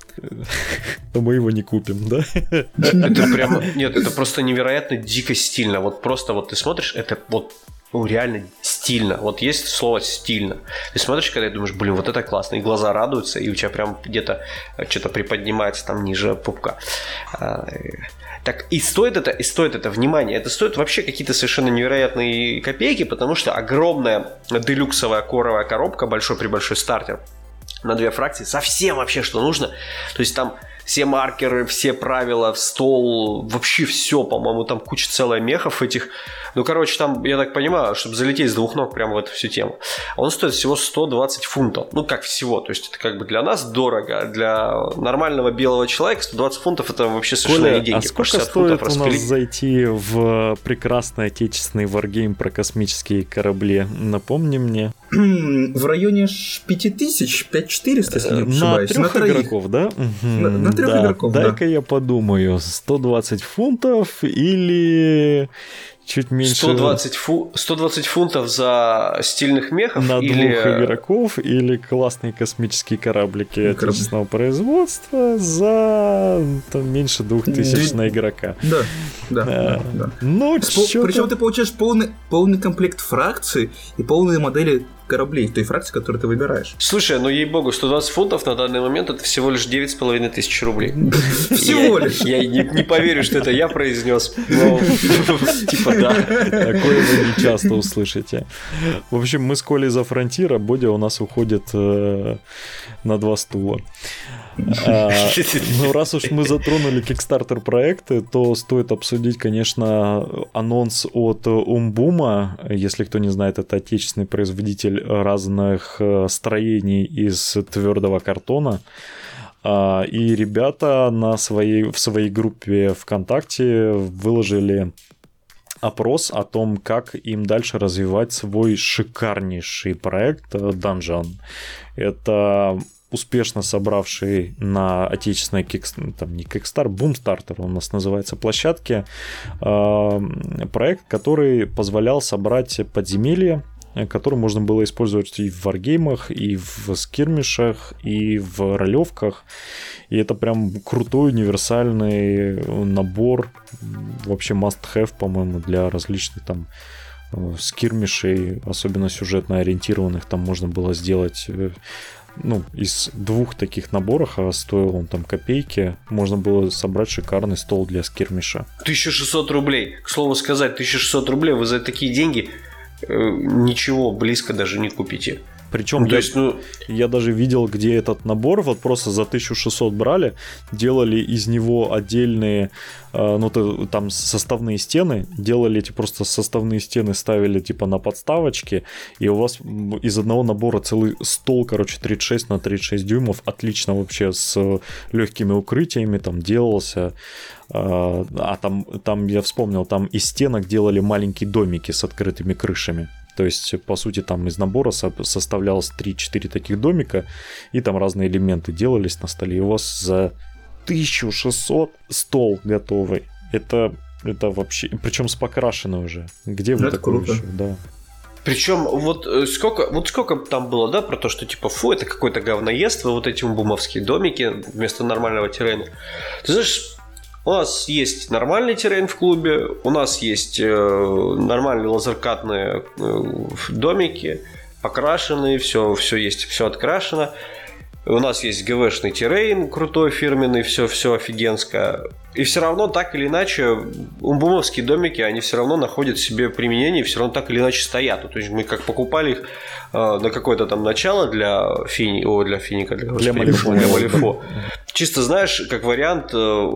Но мы его не купим, да? Это прям... Нет, это просто невероятно дико стильно. Вот просто вот ты смотришь, это вот ну, реально стильно. Вот есть слово «стильно». Ты смотришь, когда ты думаешь, блин, вот это классно, и глаза радуются, и у тебя прям где-то что-то приподнимается там ниже пупка. Так, и стоит это, и стоит это, внимание, это стоит вообще какие-то совершенно невероятные копейки, потому что огромная делюксовая коровая коробка, большой-пребольшой стартер на две фракции, совсем вообще что нужно. То есть там все маркеры, все правила, стол, вообще все, по-моему, там куча целая мехов этих. Ну, короче, там, я так понимаю, чтобы залететь с двух ног прямо в эту всю тему. Он стоит всего сто двадцать фунтов. Ну, как всего. То есть, это как бы для нас дорого. Для нормального белого человека сто двадцать фунтов это вообще совершенно Коля, не деньги. а сколько стоит у нас зайти в прекрасный отечественный варгейм про космические корабли? Напомни мне. В районе пяти тысяч, пять тысяч четыреста, если не ошибаюсь. На трех игроков, да? На, на трех да. игроков, да. Дай-ка я подумаю. сто двадцать фунтов или... Чуть меньше... сто двадцать, фу... сто двадцать фунтов за стильных мехов? На или... двух игроков или классные космические кораблики Корабли. отечественного производства за там, меньше двух тысяч на игрока. Да, да. А, да, да. Ну, Спо- Причем ты получаешь полный, полный комплект фракций и полные модели кораблей, той фракции, которую ты выбираешь. Слушай, ну ей-богу, сто двадцать фунтов на данный момент это всего лишь девять с половиной тысяч рублей. Всего лишь. Я не поверю, что это я произнес. Но типа да. Такое вы не часто услышите. В общем, мы с Колей за Фронтир, а Бодя у нас уходит э, на два стула. А, ну, раз уж мы затронули Kickstarter проекты, то стоит обсудить, конечно, анонс от Умбума. Если кто не знает, это отечественный производитель разных строений из твердого картона. И ребята на своей, в своей группе ВКонтакте выложили опрос о том, как им дальше развивать свой шикарнейший проект Dungeon. Это успешно собравший на отечественной кикс... там не Kickstarter, Boomstarter у нас называется площадке, э, проект, который позволял собрать подземелья, который можно было использовать и в варгеймах, и в скирмишах, и в ролевках. И это прям крутой универсальный набор, вообще must-have, по-моему, для различных там скирмишей, особенно сюжетно ориентированных, там можно было сделать... Ну, из двух таких наборов, а стоил он там копейки, можно было собрать шикарный стол для скирмиша. тысяча шестьсот рублей. К слову сказать, тысяча шестьсот рублей вы за такие деньги э, ничего близко даже не купите. Причем ну, я, то есть, ну... я даже видел, где этот набор вот просто за тысячу шестьсот брали, делали из него отдельные, э, ну то, там составные стены, делали эти просто составные стены, ставили типа на подставочки, и у вас из одного набора целый стол, короче, тридцать шесть на тридцать шесть дюймов, отлично вообще с легкими укрытиями там делался. Э, а там, там я вспомнил, там из стенок делали маленькие домики с открытыми крышами. То есть, по сути, там из набора составлялось три-четыре таких домика, и там разные элементы делались на столе. И у вас за тысячу шестьсот стол готовый. Это, это вообще... Причем с покрашенной уже. Где вы такое еще? Да. Причем вот сколько, вот сколько там было, да, про то, что типа, фу, это какое-то говноедство, вот эти бумовские домики вместо нормального террейна. Ты знаешь... У нас есть нормальный террейн в клубе, у нас есть э, нормальные лазеркатные э, домики, покрашенные, все, все есть, все открашено. У нас есть ГВшный террейн, крутой, фирменный, все, все офигенское. И все равно, так или иначе, умбумовские домики, они все равно находят себе применение, все равно так или иначе стоят. То есть мы как покупали их э, на какое-то там начало для фини, о, для финика, для, для Малифо. Для Малифо. Чисто, знаешь, как вариант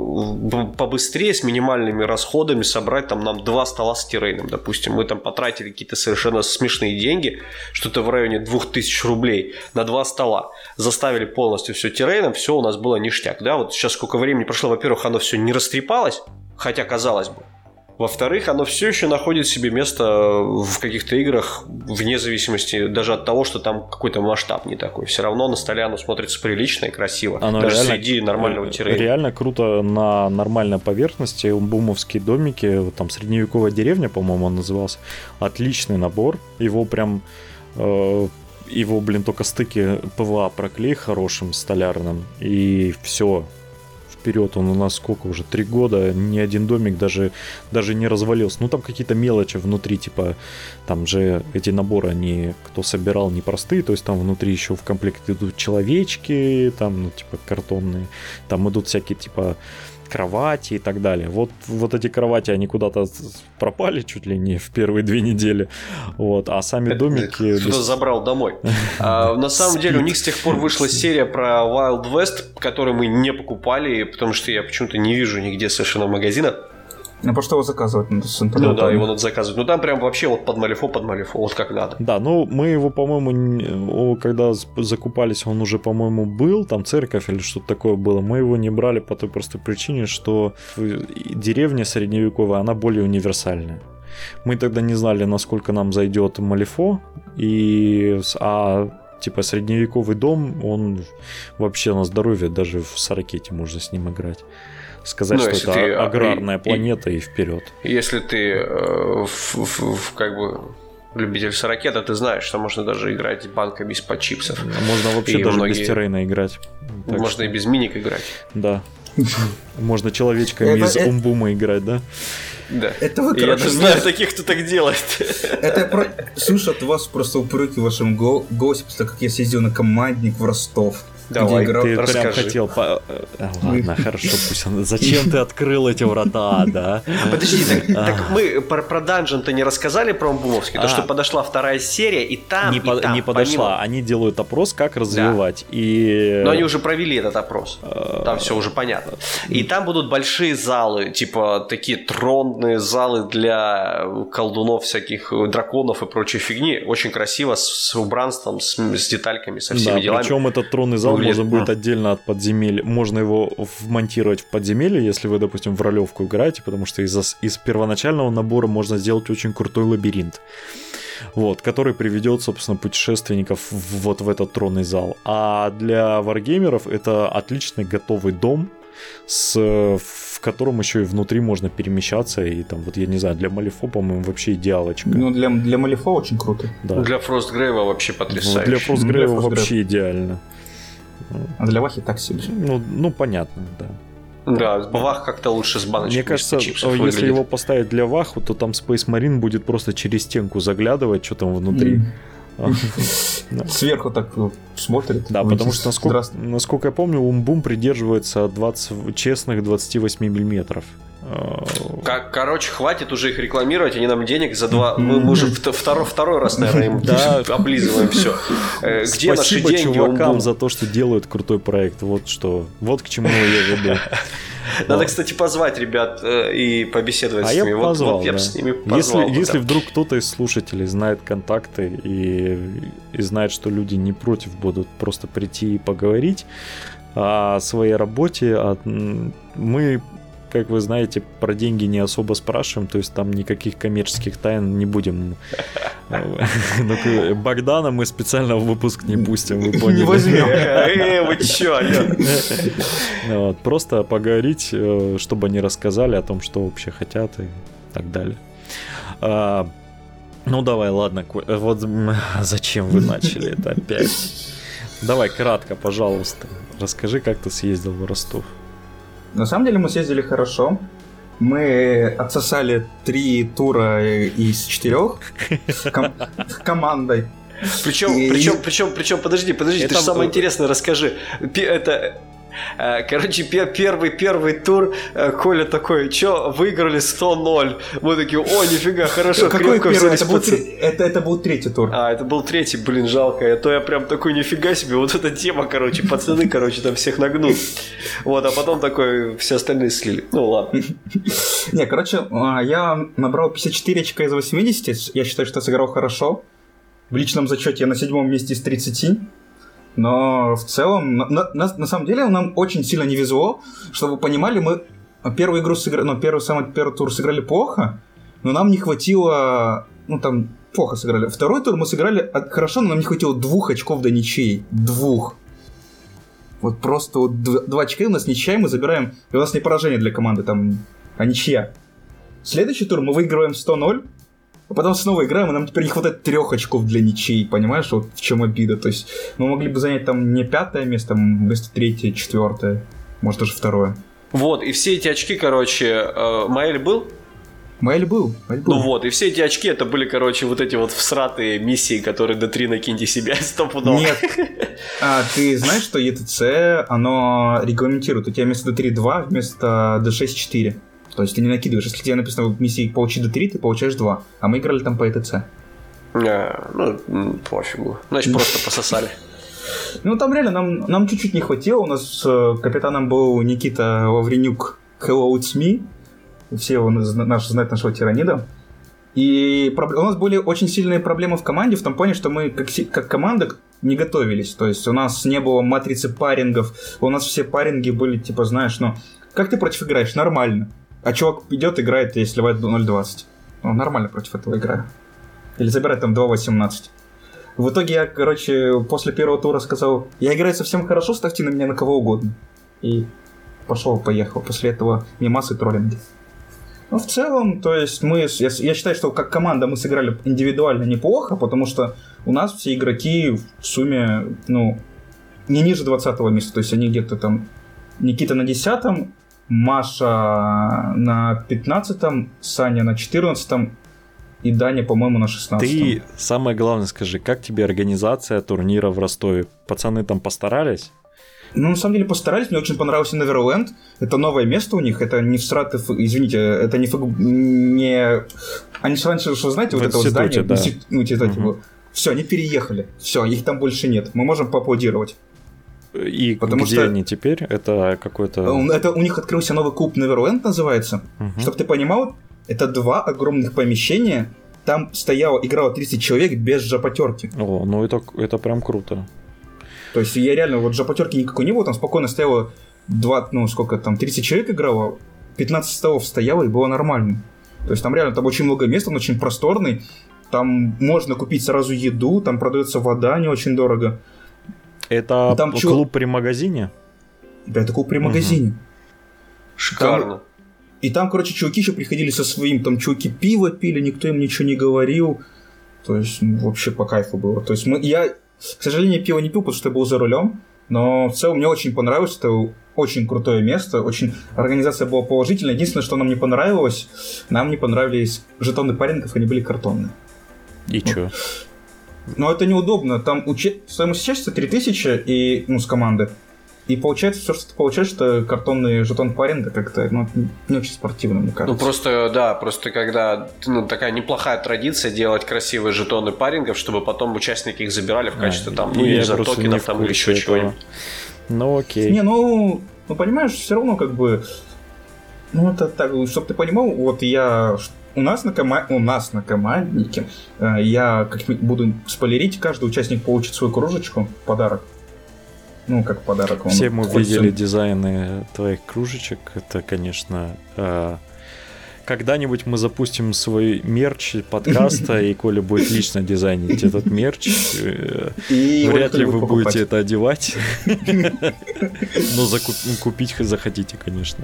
э, побыстрее, с минимальными расходами собрать там нам два стола с террейном. Допустим, мы там потратили какие-то совершенно смешные деньги, что-то в районе двух тысяч рублей на два стола. Заставили полностью все террейном, все у нас было ништяк. Да? Вот сейчас сколько времени прошло, во-первых, оно все не растрепалось, хотя казалось бы. Во-вторых, оно все еще находит себе место в каких-то играх, вне зависимости даже от того, что там какой-то масштаб не такой. Все равно на столе оно смотрится прилично и красиво. Оно даже реально, среди нормального террейна. Реально круто на нормальной поверхности. Умбумовские домики, вот там средневековая деревня, по-моему, он назывался. Отличный набор. Его прям... Э, его, блин, только стыки ПВА проклей хорошим столярным. И все. Вперед, он у нас сколько уже, три года, ни один домик даже, даже не развалился. Ну, там какие-то мелочи внутри, типа, там же эти наборы, они, кто собирал, непростые, то есть там внутри еще в комплекте идут человечки, там, ну, типа, картонные, там идут всякие, типа, кровати и так далее. Вот, вот эти кровати, они куда-то пропали чуть ли не в первые две недели. Вот, а сами домики... Кто-то забрал домой. А, на самом деле у них с тех пор вышла серия про Wild West, которую мы не покупали, потому что я почему-то не вижу нигде совершенно в магазинах. Ну, по что его заказывать надо с интернета? Ну да, его надо заказывать. Ну там прям вообще вот под Малифо, под Малифо, вот как надо. Да, ну мы его, по-моему, когда закупались, он уже, по-моему, был, там церковь или что-то такое было. Мы его не брали по той простой причине, что деревня средневековая, она более универсальная. Мы тогда не знали, насколько нам зайдет Малифо, и... а типа средневековый дом, он вообще на здоровье, даже в сорокете можно с ним играть. Сказать, ну, что это ты, аграрная и, планета и, и вперед. Если ты э, в, в, в, как бы любитель сорокета, ты знаешь, что можно даже играть банками из-под чипсов. Можно вообще и даже многие... без террейна играть. Так можно что... и без миник играть. Да. Можно человечками из Умбума играть, да? Да. Это вы, короче, я даже знаю таких, кто так делает. Это про... Слушай, от вас просто упреки в вашем го- голосе, потому как я съездил на командник в Ростов. Давай, играл... ты расскажи. Прям хотел... По... Ладно, хорошо, пусть он... Зачем ты открыл эти врата, да? Подожди, так, так мы про, про данжен-то не рассказали про Умбумовский? То, что подошла вторая серия, и там, не и по... там. Не подошла, помимо... они делают опрос, как развивать. Да. И... Но они уже провели этот опрос. Там все уже понятно. И там будут большие залы, типа такие тронные залы для колдунов, всяких драконов и прочей фигни. Очень красиво, с убранством, с, с детальками, со всеми да, делами. Причем этот тронный зал можно будет отдельно от подземелья. Можно его вмонтировать в подземелье, если вы, допустим, в ролевку играете, потому что из, из первоначального набора можно сделать очень крутой лабиринт. Вот, который приведет, собственно, путешественников в, вот в этот тронный зал. А для варгеймеров это отличный готовый дом, с, в котором еще и внутри можно перемещаться. И там, вот я не знаю, для Малифо, по-моему, вообще идеалочка. Ну, для, для Малифо очень круто. Да. Для Фростгрейва вообще потрясающе. Для Фростгрейва вообще идеально. А для Вахи так себе. Ну, ну понятно, да. Да, вах как-то лучше с баночкой. Мне кажется, если выглядит. его поставить для ваху, то там Space Marine будет просто через стенку заглядывать, что там внутри. Сверху так смотрит. Да, потому что, насколько, насколько я помню, Умбум придерживается двадцать, честных двадцать восемь миллиметров. Короче, хватит уже их рекламировать, они нам денег за два... Мы, мы уже второй, второй раз, наверное, им да. облизываем все. Где наши деньги? Спасибо чувакам за то, что делают крутой проект. Вот что. Вот к чему я веду. Надо, кстати, позвать ребят и побеседовать а с ними. Я позвал, вот, вот я да. бы с ними позвал. Если, бы, если да. вдруг кто-то из слушателей знает контакты и, и знает, что люди не против будут просто прийти и поговорить о своей работе, о... мы... Как вы знаете, про деньги не особо спрашиваем, то есть там никаких коммерческих тайн не будем. Богдана мы специально в выпуск не пустим, вы поняли. Не возьмем. Э, вы чё, просто поговорить, чтобы они рассказали о том, что вообще хотят и так далее. Ну давай, ладно, вот зачем вы начали это опять? Давай, кратко, пожалуйста, расскажи, как ты съездил в Ростов. На самом деле мы съездили хорошо. Мы отсосали три тура из четырех ком- командой. Причем, и... причем, причем, причем, подожди, подожди, это... ты же самое интересное расскажи. Это, короче, первый, первый тур, Коля такой, чё, выиграли сто ноль. Мы такие, о, нифига, хорошо, какой первый? Это был, это, это был третий тур. А, это был третий, блин, жалко. А то я прям такой, нифига себе, вот эта тема, короче, пацаны, короче, там всех нагнут. Вот, а потом такой, все остальные слили. Ну, ладно. Не, короче, я набрал пятьдесят четыре очка из восьмидесяти. Я считаю, что сыграл хорошо. В личном зачете я на седьмом месте из тридцати. Но в целом, на, на, на самом деле, нам очень сильно не везло. Чтобы вы понимали, мы первую игру сыграли, ну, первый, самый первый тур сыграли плохо, но нам не хватило, ну, там, плохо сыграли. Второй тур мы сыграли хорошо, но нам не хватило двух очков до ничьей. Двух. Вот просто вот два очка у нас ничья, мы забираем, и у нас не поражение для команды, там, а ничья. Следующий тур мы выигрываем сто ноль, а потом снова играем, и нам теперь не хватает трех очков для ничьей, понимаешь, вот в чем обида. То есть мы могли бы занять там не пятое место, а вместо третье, четвертое, может даже второе. Вот, и все эти очки, короче, э, Маэль был? Маэль был, Маэль был. Ну вот, и все эти очки, это были, короче, вот эти вот всратые миссии, которые дэ три накиньте себя, стопудово. Нет, а, ты знаешь, что и тэ цэ, оно регламентирует, у тебя вместо дэ три два, вместо дэ шесть четыре. То есть ты не накидываешь. Если тебе написано в миссии «Получи дэ три», ты получаешь два. А мы играли там по и тэ цэ. А, ну, пофигу. Значит, просто пососали. Ну, там реально нам, нам чуть-чуть не хватило. У нас с капитаном был Никита Лавренюк. Hello, it's me. Все его наш, знают нашего тиранида. И у нас были очень сильные проблемы в команде в том плане, что мы как, как команда не готовились. То есть у нас не было матрицы парингов. У нас все паринги были, типа, знаешь, ну... Как ты против играешь? Нормально. А чувак идет, играет и сливает ноль двадцать. Ну, нормально против этого играю. Или забирает там два восемнадцать. В итоге я, короче, после первого тура сказал, я играю совсем хорошо, ставьте на меня на кого угодно. И пошел-поехал. После этого мемасы и троллинги. Ну, в целом, то есть мы... Я, я считаю, что как команда мы сыграли индивидуально неплохо, потому что у нас все игроки в сумме, ну, не ниже двадцатого места. То есть они где-то там... Никита на десятом, Маша на пятнадцатом, Саня на четырнадцатом и Даня, по-моему, на шестнадцатом. Ты самое главное скажи, как тебе организация турнира в Ростове? Пацаны там постарались? Ну, на самом деле постарались, мне очень понравился Неверленд. Это новое место у них, это не в Страты, извините, это не... не... Они же раньше, что знаете, в вот это вот здание, да. ну, угу. Все, они переехали, все, их там больше нет, мы можем поаплодировать. И Потому где что они теперь? Это какой-то... Это у них открылся новый клуб Неверленд называется. Uh-huh. Чтобы ты понимал, это два огромных помещения. Там стояло, играло тридцать человек без жопотерки. О, ну это, это прям круто. То есть я реально, вот жопотерки никакой не было, там спокойно стояло два, ну сколько там, тридцать человек играло, пятнадцать столов стояло и было нормально. То есть там реально, там очень много места, он очень просторный. Там можно купить сразу еду, там продается вода не очень дорого. Это там клуб чё... при магазине? Да, это клуб при магазине. Угу. Шикарно. Там... И там, короче, чуваки еще приходили со своим, там чуваки пиво пили, никто им ничего не говорил. То есть, ну, вообще по кайфу было. То есть, мы... я, к сожалению, пиво не пил, потому что я был за рулем. Но в целом мне очень понравилось. Это очень крутое место, очень организация была положительная. Единственное, что нам не понравилось, нам не понравились жетоны парингов, они были картонные. И вот. Чё? Но это неудобно. Там уче... стоимость участия три тысячи и, ну, с команды. И получается, все, что ты получаешь, это картонный жетон паринга, как-то, ну, не очень спортивно, мне кажется. Ну, просто, да, просто когда, ну, такая неплохая традиция делать красивые жетоны парингов, чтобы потом участники их забирали в качестве, а, там, ну, я не знаю, токенов там или еще чего-нибудь. Ну, окей. Не, ну, ну, понимаешь, все равно, как бы, ну, это так, чтобы ты понимал, вот я... У нас на, кома... у нас на команднике, э, я как буду спойлерить, каждый участник получит свою кружечку, подарок. Ну, как подарок. Он Все мы видели дизайны твоих кружечек. Это, конечно... Э, когда-нибудь мы запустим свой мерч подкаста, и Коля будет лично дизайнить этот мерч. Вряд ли вы будете это одевать. Но купить захотите, конечно.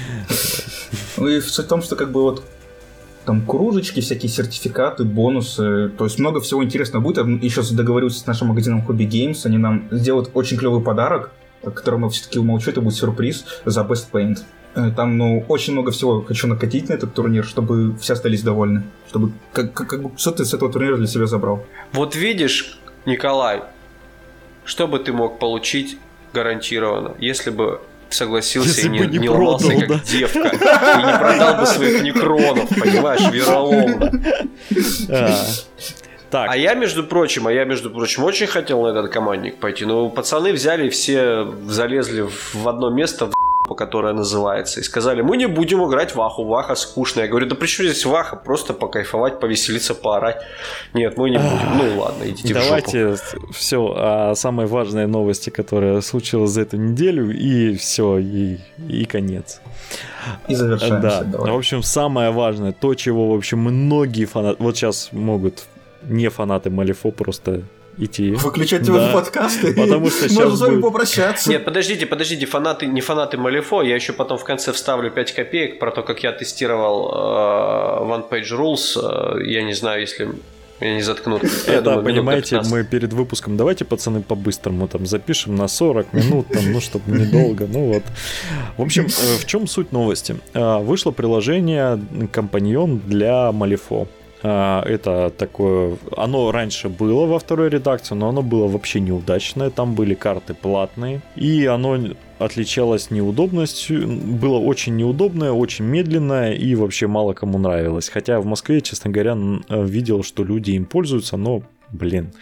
Ну и суть в том, что как бы вот там кружечки, всякие сертификаты, бонусы, то есть много всего интересного будет. Я еще договорюсь с нашим магазином Hobby Games, они нам сделают очень клевый подарок, который мы все-таки умолчу, это будет сюрприз за Best Paint. Там, ну, очень много всего хочу накатить на этот турнир, чтобы все остались довольны, чтобы как, как, как бы что ты с этого турнира для себя забрал. Вот видишь, Николай, что бы ты мог получить гарантированно, если бы согласился Если и не, не, не продал, ломался, да? как девка, и не продал бы своих некронов, понимаешь, вероломно. А, так. а я, между прочим, а я, между прочим, очень хотел на этот командник пойти, но пацаны взяли и все залезли в одно место, в которое называется, и сказали, мы не будем играть в Ваху, Ваха скучная. Я говорю, да при чем здесь Ваха? Просто покайфовать, повеселиться, поорать. Нет, мы не будем. Ну ладно, идите Давайте в жопу. все о самой важной новости, которая случилась за эту неделю, и все, и, и конец. И завершаемся. Да, давай. в общем, самое важное, то, чего, в общем, многие фанаты, вот сейчас могут не фанаты Малифо просто идти. Выключать да. его подкасты. Потому что сейчас можно с вами будет... попрощаться. Нет, подождите, подождите, фанаты, не фанаты Малифо, я еще потом в конце вставлю пять копеек про то, как я тестировал э, One Page Rules. Э, я не знаю, если меня не заткнут. Я Да, думаю, понимаете, мы перед выпуском, давайте, пацаны, по-быстрому там запишем на сорок минут, там, ну, чтобы недолго, ну вот. В общем, в чем суть новости? Вышло приложение «Компаньон» для Малифо. Это такое... Оно раньше было во второй редакции, но оно было вообще неудачное. Там были карты платные. И оно отличалось неудобностью. Было очень неудобное, очень медленное и вообще мало кому нравилось. Хотя в Москве, честно говоря, видел, что люди им пользуются, но... Блин,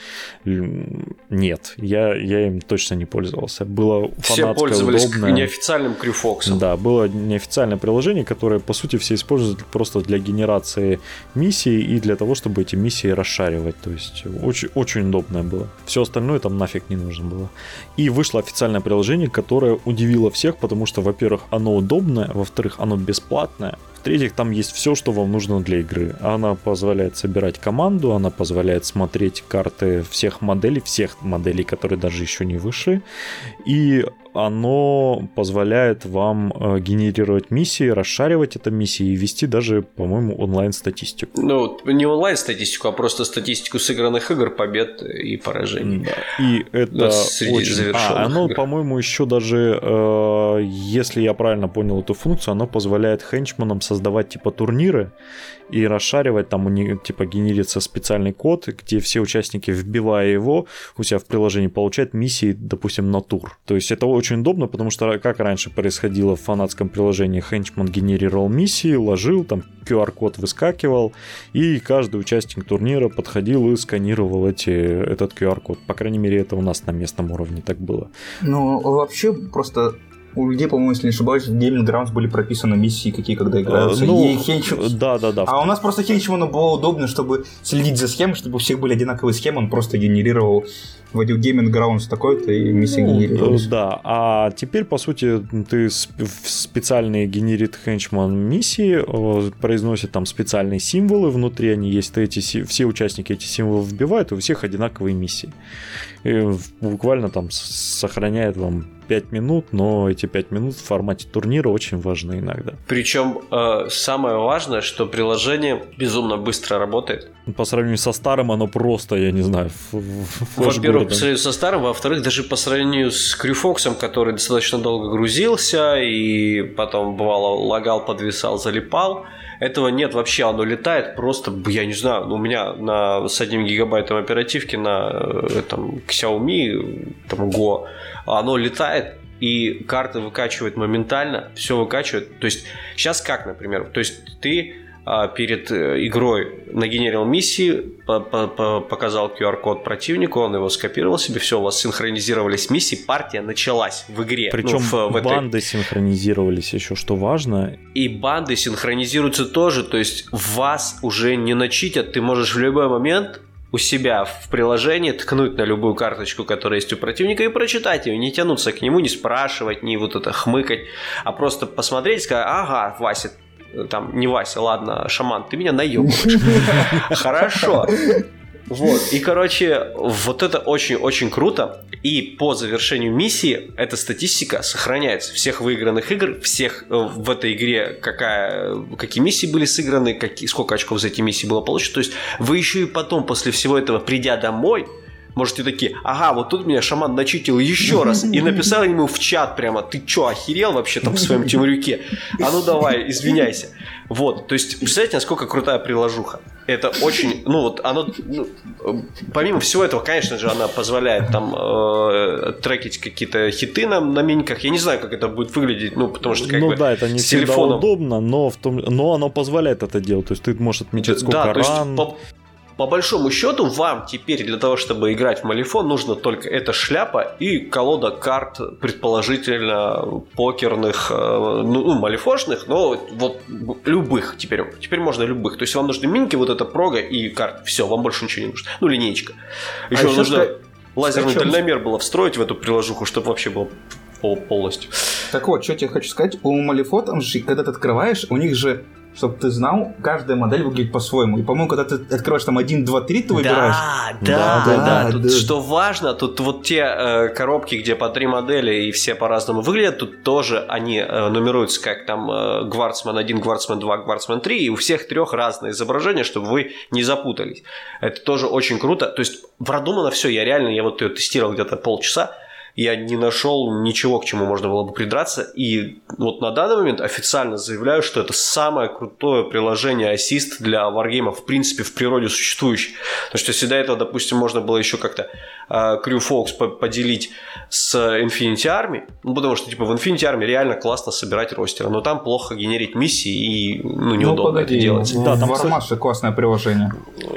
нет, я, я им точно не пользовался. Было все пользовались удобное. неофициальным крюфоксом. Да, было неофициальное приложение, которое, по сути, все используют просто для генерации миссий и для того, чтобы эти миссии расшаривать. То есть очень, очень удобное было. Все остальное там нафиг не нужно было. И вышло официальное приложение, которое удивило всех, потому что, во-первых, оно удобное, во-вторых, оно бесплатное. В-третьих, там есть все, что вам нужно для игры. Она позволяет собирать команду, она позволяет смотреть карты всех моделей, всех моделей, которые даже еще не вышли. И оно позволяет вам э, генерировать миссии, расшаривать это миссии и вести даже, по-моему, онлайн-статистику. Ну, не онлайн-статистику, а просто статистику сыгранных игр, побед и поражений. Да. И это ну, среди очень... завершенных а, оно, игр. по-моему, еще даже, э, если я правильно понял эту функцию, оно позволяет хенчманам создавать типа турниры и расшаривать, там у них типа генерится специальный код, где все участники, вбивая его у себя в приложении, получают миссии, допустим, на тур. То есть это очень удобно, потому что как раньше происходило в фанатском приложении, хенчман генерировал миссии, ложил, там ку ар-код выскакивал, и каждый участник турнира подходил и сканировал эти, этот ку ар-код. По крайней мере, это у нас на местном уровне так было. Ну, вообще, просто... У людей, по-моему, если не ошибаюсь, в Gaming Grounds были прописаны миссии, какие когда играются. Ну, и хенч... да, да, да. А у нас просто хенчману было удобно, чтобы следить за схемой, чтобы у всех были одинаковые схемы, он просто генерировал, вводил Gaming Grounds такой-то, и миссии ну, генерировались. Да, а теперь, по сути, ты специальные генерит хенчман миссии, произносит там специальные символы внутри, они есть, эти, все участники эти символы вбивают, и у всех одинаковые миссии. И буквально там сохраняет вам пять минут, но эти пять минут в формате турнира очень важны иногда. Причем э, самое важное, что приложение безумно быстро работает. По сравнению со старым оно просто, я не знаю, во-первых, по сравнению со старым, во-вторых, даже по сравнению с Крюфоксом, который достаточно долго грузился и потом, бывало, лагал, подвисал, залипал. Этого нет вообще, оно летает просто, я не знаю, у меня на, с одним гигабайтом оперативки на этом, Xiaomi, там, Go, оно летает и карты выкачивает моментально, все выкачивает. То есть сейчас как, например, то есть ты перед игрой нагенерил миссии, показал ку ар-код противнику, он его скопировал себе, все, у вас синхронизировались миссии, партия началась в игре. Причем ну, в, в банды этой... синхронизировались еще, что важно. И банды синхронизируются тоже, то есть вас уже не начитят, ты можешь в любой момент у себя в приложении ткнуть на любую карточку, которая есть у противника, и прочитать ее, не тянуться к нему, не спрашивать, не вот это хмыкать, а просто посмотреть и сказать: ага, Вася, там, не Вася, ладно, Шаман, ты меня наебываешь. Хорошо. Вот, и, короче, вот это очень-очень круто. И по завершению миссии эта статистика сохраняется. Всех выигранных игр, всех в этой игре, какая, какие миссии были сыграны, какие, сколько очков за эти миссии было получено. То есть вы еще и потом, после всего этого, придя домой, можете такие: ага, вот тут меня Шаман начитил еще раз. И написал ему в чат прямо: ты чё, охерел вообще там в своем тимрюке? А ну давай, извиняйся. Вот, то есть, представляете, насколько крутая приложуха. Это очень, ну вот оно, ну, помимо всего этого, конечно же, она позволяет там э, трекить какие-то хиты на, на миниках. Я не знаю, как это будет выглядеть, ну потому что как ну, бы да, это не с всегда телефоном удобно, но, в том, но оно позволяет это делать. То есть ты можешь отмечать, сколько да, ран. То есть, по, по большому счету, вам теперь для того, чтобы играть в Малифон, нужно только эта шляпа и колода карт, предположительно покерных, ну, малифошных, но вот любых теперь. Теперь можно любых. То есть вам нужны минки, вот эта прога и карты. Все, вам больше ничего не нужно. Ну, линеечка. Еще а нужно еще лазерный скачать. Дальномер было встроить в эту приложуху, чтобы вообще было полностью. Так вот, что я тебе хочу сказать. У Малифо, там же, когда ты открываешь, у них же, чтобы ты знал, каждая модель выглядит по-своему. И, по-моему, когда ты открываешь там один, два, три, ты выбираешь. Да, да, да. да, да. Тут да. Что важно, тут вот те э, коробки, где по три модели и все по-разному выглядят, тут тоже они э, нумеруются как там э, Гварцман один, Гварцман два, Гварцман три, и у всех трех разные изображения, чтобы вы не запутались. Это тоже очень круто. То есть продумано все. Я реально, я вот ее тестировал где-то полчаса. Я не нашел ничего, к чему можно было бы придраться. И вот на данный момент официально заявляю, что это самое крутое приложение Assist для варгеймов, в принципе, в природе существующее. Потому что если до этого, допустим, можно было еще как-то э, Крюфокс поделить с Infinity Army, ну, потому что типа в Infinity Army реально классно собирать ростеры, но там плохо генерить миссии и ну, неудобно ну, погоди, это делать. Да, там Вармаше классное приложение.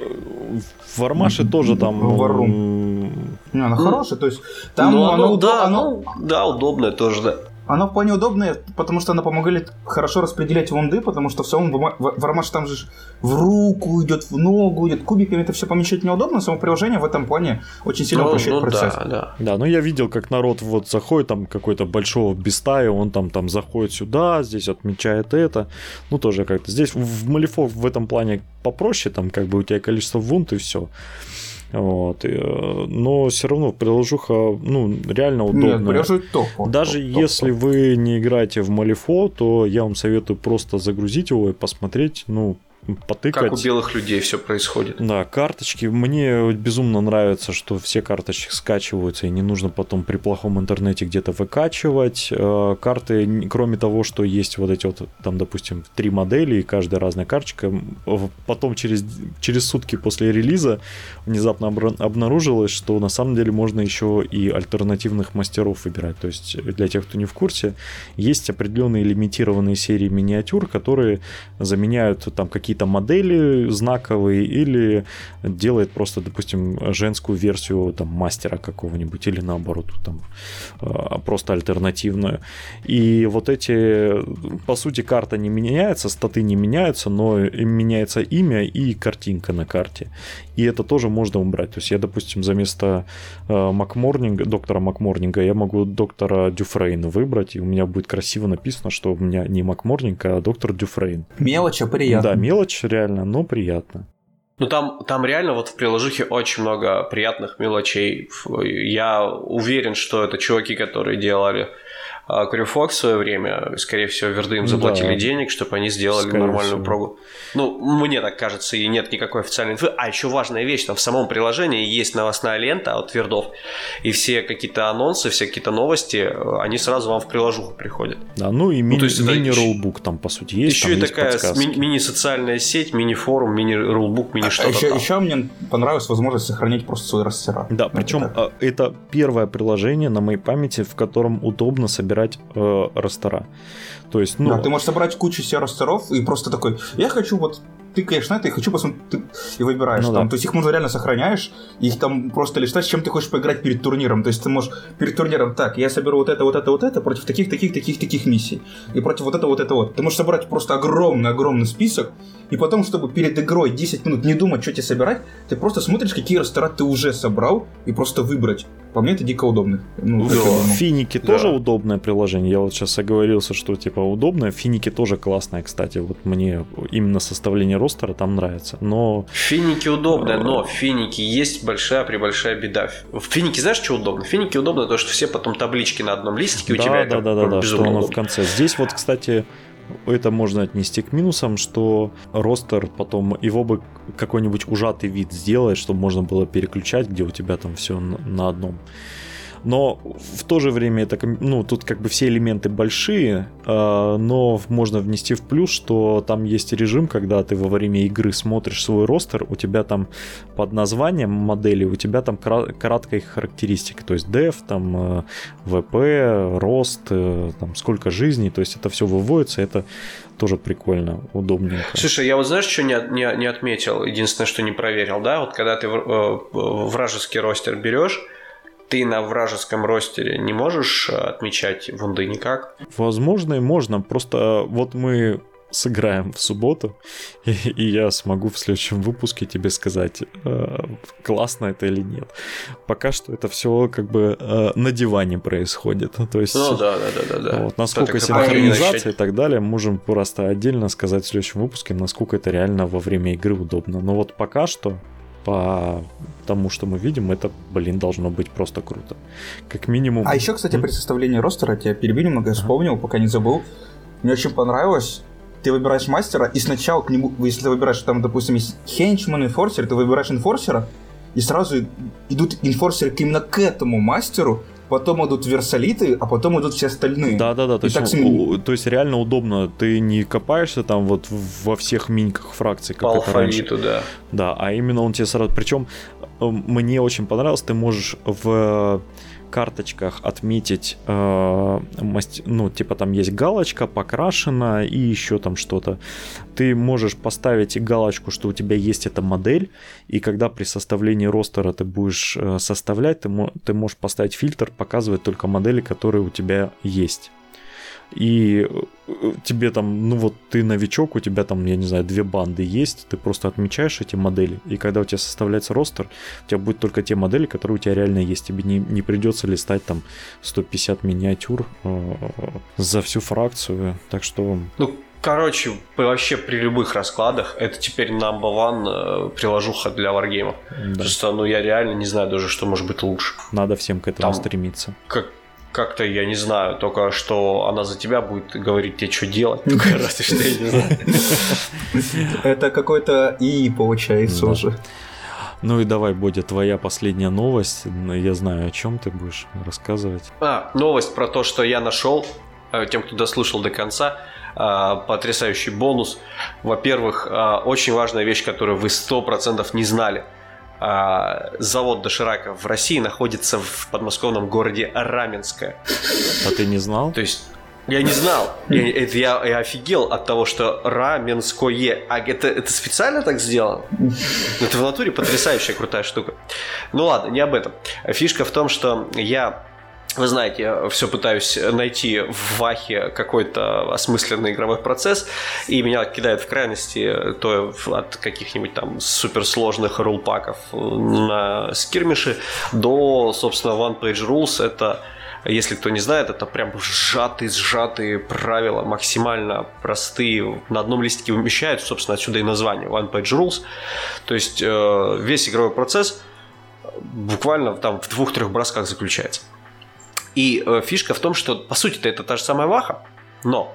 В Вармаше тоже там... Варум. Не, оно хорошее, то есть там ну, оно, оно, удоб... да, оно... да, удобное тоже, да. Оно вполне удобное, потому что оно помогает хорошо распределять вунды, потому что в самом Вармаше там же в руку идет, в ногу идет, кубиками это все помещать неудобно, само приложение в этом плане очень сильно упрощает ну, ну, процесс. Да, да. да, ну я видел, как народ вот заходит, там какой-то большого бестая, он там, там заходит сюда, здесь отмечает это, ну тоже как-то. Здесь в Малифо в этом плане попроще, там как бы у тебя количество вунд и все. Вот. Но все равно приложуха, ну, реально удобная. Нет, приложу топ. Даже топ, если топ. Вы не играете в Малифо, то я вам советую просто загрузить его и посмотреть, ну, потыкать. Как у белых людей все происходит. Да, карточки. Мне безумно нравится, что все карточки скачиваются, и не нужно потом при плохом интернете где-то выкачивать. Карты, кроме того, что есть вот эти вот, там, допустим, три модели, и каждая разная карточка, потом через, через сутки после релиза внезапно обнаружилось, что на самом деле можно еще и альтернативных мастеров выбирать. То есть для тех, кто не в курсе, есть определенные лимитированные серии миниатюр, которые заменяют там какие-то какие-то модели знаковые или делает просто, допустим, женскую версию там мастера какого-нибудь или наоборот там просто альтернативную. И вот эти, по сути, карта не меняется, статы не меняются, но меняется имя и картинка на карте. И это тоже можно убрать. То есть я, допустим, за место Макморнинга, доктора Макморнинга, я могу доктора Дюфрейна выбрать, и у меня будет красиво написано, что у меня не Макморнинг, а доктор Дюфрейн. Мелочь, а приятно. Да, мелочь реально, но приятно. Ну, там, там реально вот в приложухе очень много приятных мелочей. Я уверен, что это чуваки, которые делали Crewfox в свое время, скорее всего, Верды им заплатили да. денег, чтобы они сделали скорее нормальную всего. прогу. Ну, мне так кажется, и нет никакой официальной инфы. А еще важная вещь, там в самом приложении есть новостная лента от Вердов, и все какие-то анонсы, все какие-то новости, они сразу вам в приложуху приходят. Да, ну и мини, ну, мини-роллбук там, по сути, есть. Еще там и есть такая подсказки. мини-социальная сеть, мини-форум, мини-роллбук, мини-что-то а еще, там. еще мне понравилась возможность сохранить просто свои растера. Да, причем это, это первое приложение на моей памяти, в котором удобно собирать э, растера. То есть, ну... Да, ты можешь собрать кучу себе растеров и просто такой, я хочу вот, ты, конечно, это, и хочу посмотреть, ты... и выбираешь ну, там. Да. То есть их можно реально сохраняешь, и их там просто листать, с чем ты хочешь поиграть перед турниром. То есть ты можешь перед турниром, так, я соберу вот это, вот это, вот это против таких, таких, таких, таких миссий. И против вот это, вот это, вот. Ты можешь собрать просто огромный-огромный список, и потом, чтобы перед игрой десять минут не думать, что тебе собирать, ты просто смотришь, какие растера ты уже собрал, и просто выбрать. По мне это дико удобно. Ну, да. Финики да. тоже удобное приложение. Я вот сейчас оговорился, что типа удобное. Финики тоже классное, кстати. Вот мне именно составление ростера там нравится. Но... Финики удобное, но в Финики есть большая-пребольшая беда. В Финики знаешь, что удобно? В Финики удобно то, что все потом таблички на одном листике у да, тебя. Да, да, да, да, что оно в конце. Здесь вот, кстати... Это можно отнести к минусам, что ростер потом его бы какой-нибудь ужатый вид сделать, чтобы можно было переключать, где у тебя там все на одном. Но в то же время это, ну, тут как бы все элементы большие, э, но можно внести в плюс, что там есть режим, когда ты во время игры смотришь свой ростер, у тебя там под названием модели, у тебя там краткая их характеристика, то есть деф, там э, ВП, рост, э, там сколько жизней, то есть это все выводится, это тоже прикольно, удобненько. Слушай, я вот знаешь, что не, не, не отметил, единственное, что не проверил, да, вот когда ты э, вражеский ростер берешь, ты на вражеском ростере не можешь отмечать вунды никак? Возможно, и можно. Просто вот мы сыграем в субботу, и, и я смогу в следующем выпуске тебе сказать, э, классно это или нет. Пока что это все как бы э, на диване происходит. То есть, ну да, да, да, да. Вот, насколько синхронизация и так далее, можем просто отдельно сказать в следующем выпуске, насколько это реально во время игры удобно. Но вот пока что по тому, что мы видим, это, блин, должно быть просто круто. Как минимум... А еще, кстати, при составлении ростера, я перебью немного, я вспомнил, пока не забыл. Мне очень понравилось, ты выбираешь мастера, и сначала к нему, если ты выбираешь, там, допустим, есть хенчман, инфорсер, ты выбираешь инфорсера, и сразу идут инфорсеры именно к этому мастеру, потом идут версалиты, а потом идут все остальные. Да-да-да, то, есть, у, то есть реально удобно, ты не копаешься там вот во всех миньках фракций, как по это раньше. да. Да, а именно он тебе сразу... Причем мне очень понравилось, ты можешь в карточках отметить, э, маст... ну, типа там есть галочка, покрашена и еще там что-то. Ты можешь поставить галочку, что у тебя есть эта модель, и когда при составлении ростера ты будешь э, составлять, ты, мо... ты можешь поставить фильтр, показывать только модели, которые у тебя есть. И тебе там, ну вот ты новичок, у тебя там, я не знаю, две банды есть, ты просто отмечаешь эти модели, и когда у тебя составляется ростер, у тебя будут только те модели, которые у тебя реально есть, тебе не, не придется листать там сто пятьдесят миниатюр э, за всю фракцию, так что... Ну, короче, вообще при любых раскладах это теперь number one приложуха для варгеймов. Да. Просто, ну, я реально не знаю даже, что может быть лучше. Надо всем к этому там, стремиться. Как... Как-то, я не знаю, только что она за тебя будет говорить тебе, что делать. Только разве что я не знаю. Это какой-то ИИ получается уже. Ну и давай, Бодя, твоя последняя новость. Я знаю, о чем ты будешь рассказывать. А, новость про то, что я нашел, тем, кто дослушал до конца, потрясающий бонус. Во-первых, очень важная вещь, которую вы сто процентов не знали. Завод Доширака в России находится в подмосковном городе Раменское. А ты не знал? То есть я не знал. Я, это, я, я офигел от того, что Раменское. А это, это специально так сделано? Это в натуре потрясающая крутая штука. Ну ладно, не об этом. Фишка в том, что я... Вы знаете, я все пытаюсь найти в Вахе какой-то осмысленный игровой процесс, и меня кидает в крайности то от каких-нибудь там суперсложных рулпаков на скирмиши до, собственно, One Page Rules. Это Если кто не знает, это прям сжатые-сжатые правила, максимально простые, на одном листике вымещают, собственно, отсюда и название One Page Rules. То есть весь игровой процесс буквально там в двух-трех бросках заключается. И фишка в том, что, по сути-то, это та же самая Ваха, но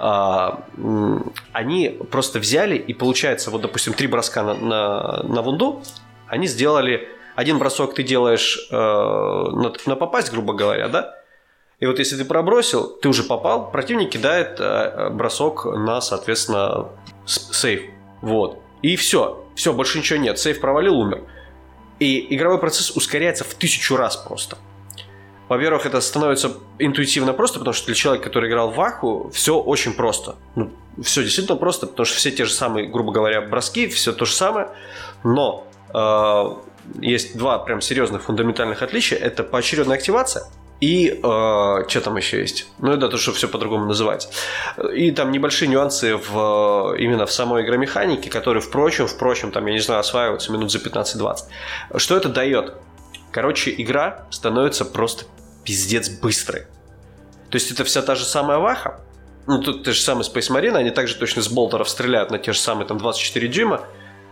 они просто взяли и, получается, вот, допустим, три броска на, на, на вунду, они сделали... Один бросок ты делаешь э, на, на попасть, грубо говоря, да? И вот если ты пробросил, ты уже попал, противник кидает э, бросок на, соответственно, сейф. Вот. И все. Все, больше ничего нет. Сейф провалил, умер. И игровой процесс ускоряется в тысячу раз просто. Во-первых, это становится интуитивно просто, потому что для человека, который играл в Ваху, все очень просто. Ну, все действительно просто, потому что все те же самые, грубо говоря, броски, все то же самое. Но... Э, есть два прям серьезных фундаментальных отличия. Это поочередная активация и э, что там еще есть? Ну да, то, что все по-другому называется. И там небольшие нюансы в, именно в самой игромеханике, которые, впрочем, впрочем, там, я не знаю, осваиваются минут за пятнадцать-двадцать. Что это дает? Короче, игра становится просто пиздец быстрой. То есть это вся та же самая Ваха. Ну, тут те же самые Space Marine, они также точно с болтеров стреляют на те же самые там двадцать четыре дюйма.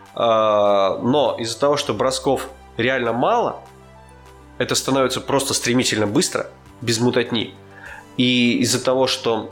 Но из-за того, что бросков реально мало, это становится просто стремительно быстро, без мутатни. И из-за того, что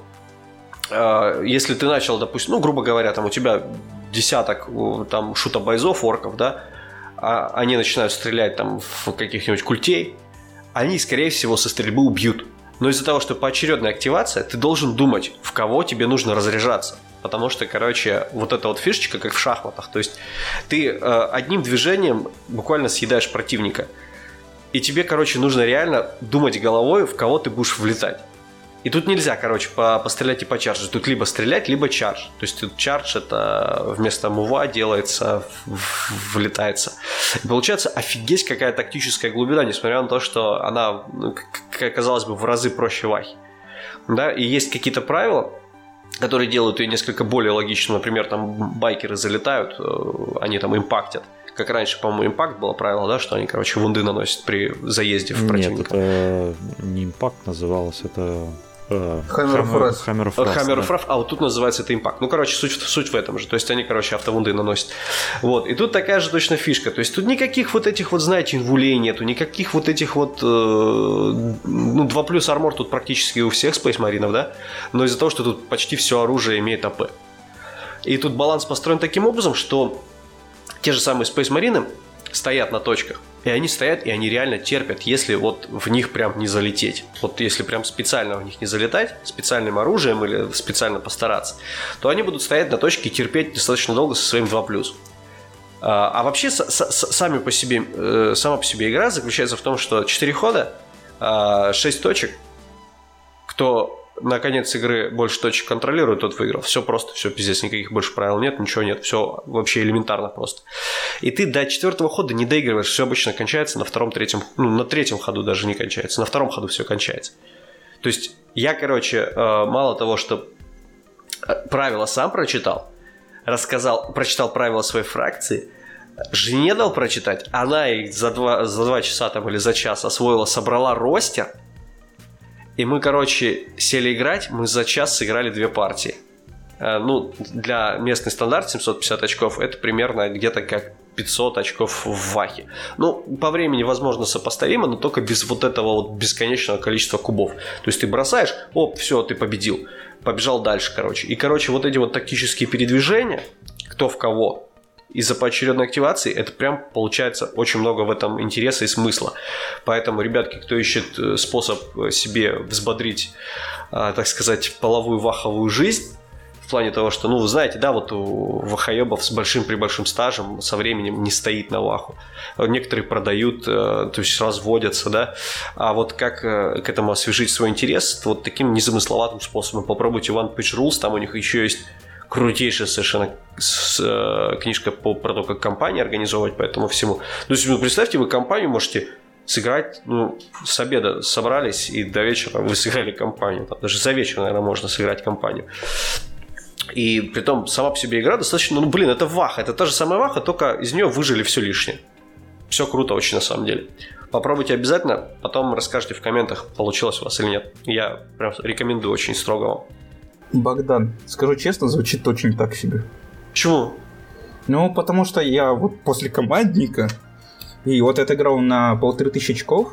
если ты начал, допустим, ну, грубо говоря, там у тебя десяток там шута-бойзов, орков, да, а они начинают стрелять там в каких-нибудь культей, они, скорее всего, со стрельбы убьют. Но из-за того, что поочередная активация, ты должен думать, в кого тебе нужно разряжаться. Потому что, короче, вот эта вот фишечка, как в шахматах. То есть ты э, одним движением буквально съедаешь противника. И тебе, короче, нужно реально думать головой, в кого ты будешь влетать. И тут нельзя, короче, по- пострелять и почаржить. Тут либо стрелять, либо чардж. То есть тут чардж это вместо мува делается, в- влетается. И получается офигеть какая тактическая глубина, несмотря на то, что она, ну, к- казалось бы, в разы проще Вахи. Да? И есть какие-то правила, которые делают ее несколько более логичным. Например, там байкеры залетают, они там импактят. Как раньше, по-моему, импакт было правило, да, что они, короче, вунды наносят при заезде в противника. Нет, это не импакт называлось, это... Хаммер-фраз. Хаммер-фраз, а вот тут называется это импакт. Ну, короче, суть, суть в этом же. То есть они, короче, автовунды наносят. Вот. И тут такая же точно фишка. То есть тут никаких вот этих вот, знаете, инвулей нету, никаких вот этих вот... Э, ну, два плюс армор тут практически у всех Space Marine, да? Но из-за того, что тут почти все оружие имеет АП. И тут баланс построен таким образом, что те же самые Space Marine стоят на точках. И они стоят, и они реально терпят, если вот в них прям не залететь. Вот если прям специально в них не залетать, специальным оружием или специально постараться, то они будут стоять на точке и терпеть достаточно долго со своим два плюс. А, а вообще с, с, сами по себе, э, сама по себе игра заключается в том, что четыре хода, э, шесть точек. Кто на конец игры больше точек контролирует, тот выиграл. Все просто, все пиздец, никаких больше правил нет, ничего нет, все вообще элементарно просто. И ты до четвертого хода не доигрываешь, все обычно кончается на втором, третьем, ну на третьем ходу даже не кончается, на втором ходу все кончается. То есть я, короче, мало того, что правила сам прочитал, рассказал, прочитал правила своей фракции, жене дал прочитать, она их за два, за два часа там или за час освоила, собрала ростер. И мы, короче, сели играть, мы за час сыграли две партии. Ну, для местный стандарт семьсот пятьдесят очков, это примерно где-то как пятьсот очков в Вахе. Ну, по времени, возможно, сопоставимо, но только без вот этого вот бесконечного количества кубов. То есть ты бросаешь, оп, все, ты победил. Побежал дальше, короче. И, короче, вот эти вот тактические передвижения, кто в кого, из-за поочередной активации, это прям получается очень много в этом интереса и смысла. Поэтому, ребятки, кто ищет способ себе взбодрить, так сказать, половую ваховую жизнь, в плане того, что, ну, вы знаете, да, вот у вахоебов с большим-пребольшим стажем со временем не стоит на ваху. Некоторые продают, то есть разводятся, да. А вот как к этому освежить свой интерес, вот таким незамысловатым способом. Попробуйте One Page Rules, там у них еще есть крутейшая совершенно с, э, книжка по, про то, как компанию организовывать по этому всему. То есть, ну, представьте, вы компанию можете сыграть, ну, с обеда собрались, и до вечера вы сыграли компанию. Там, даже за вечер, наверное, можно сыграть компанию. И притом сама по себе игра достаточно, ну, блин, это Ваха, это та же самая Ваха, только из нее выжили все лишнее. Все круто очень, на самом деле. Попробуйте обязательно, потом расскажите в комментах, получилось у вас или нет. Я прям рекомендую очень строго вам. Богдан, скажу честно, звучит очень так себе. Почему? Ну, потому что я вот после командника, и вот я играл на полторы тысячи очков,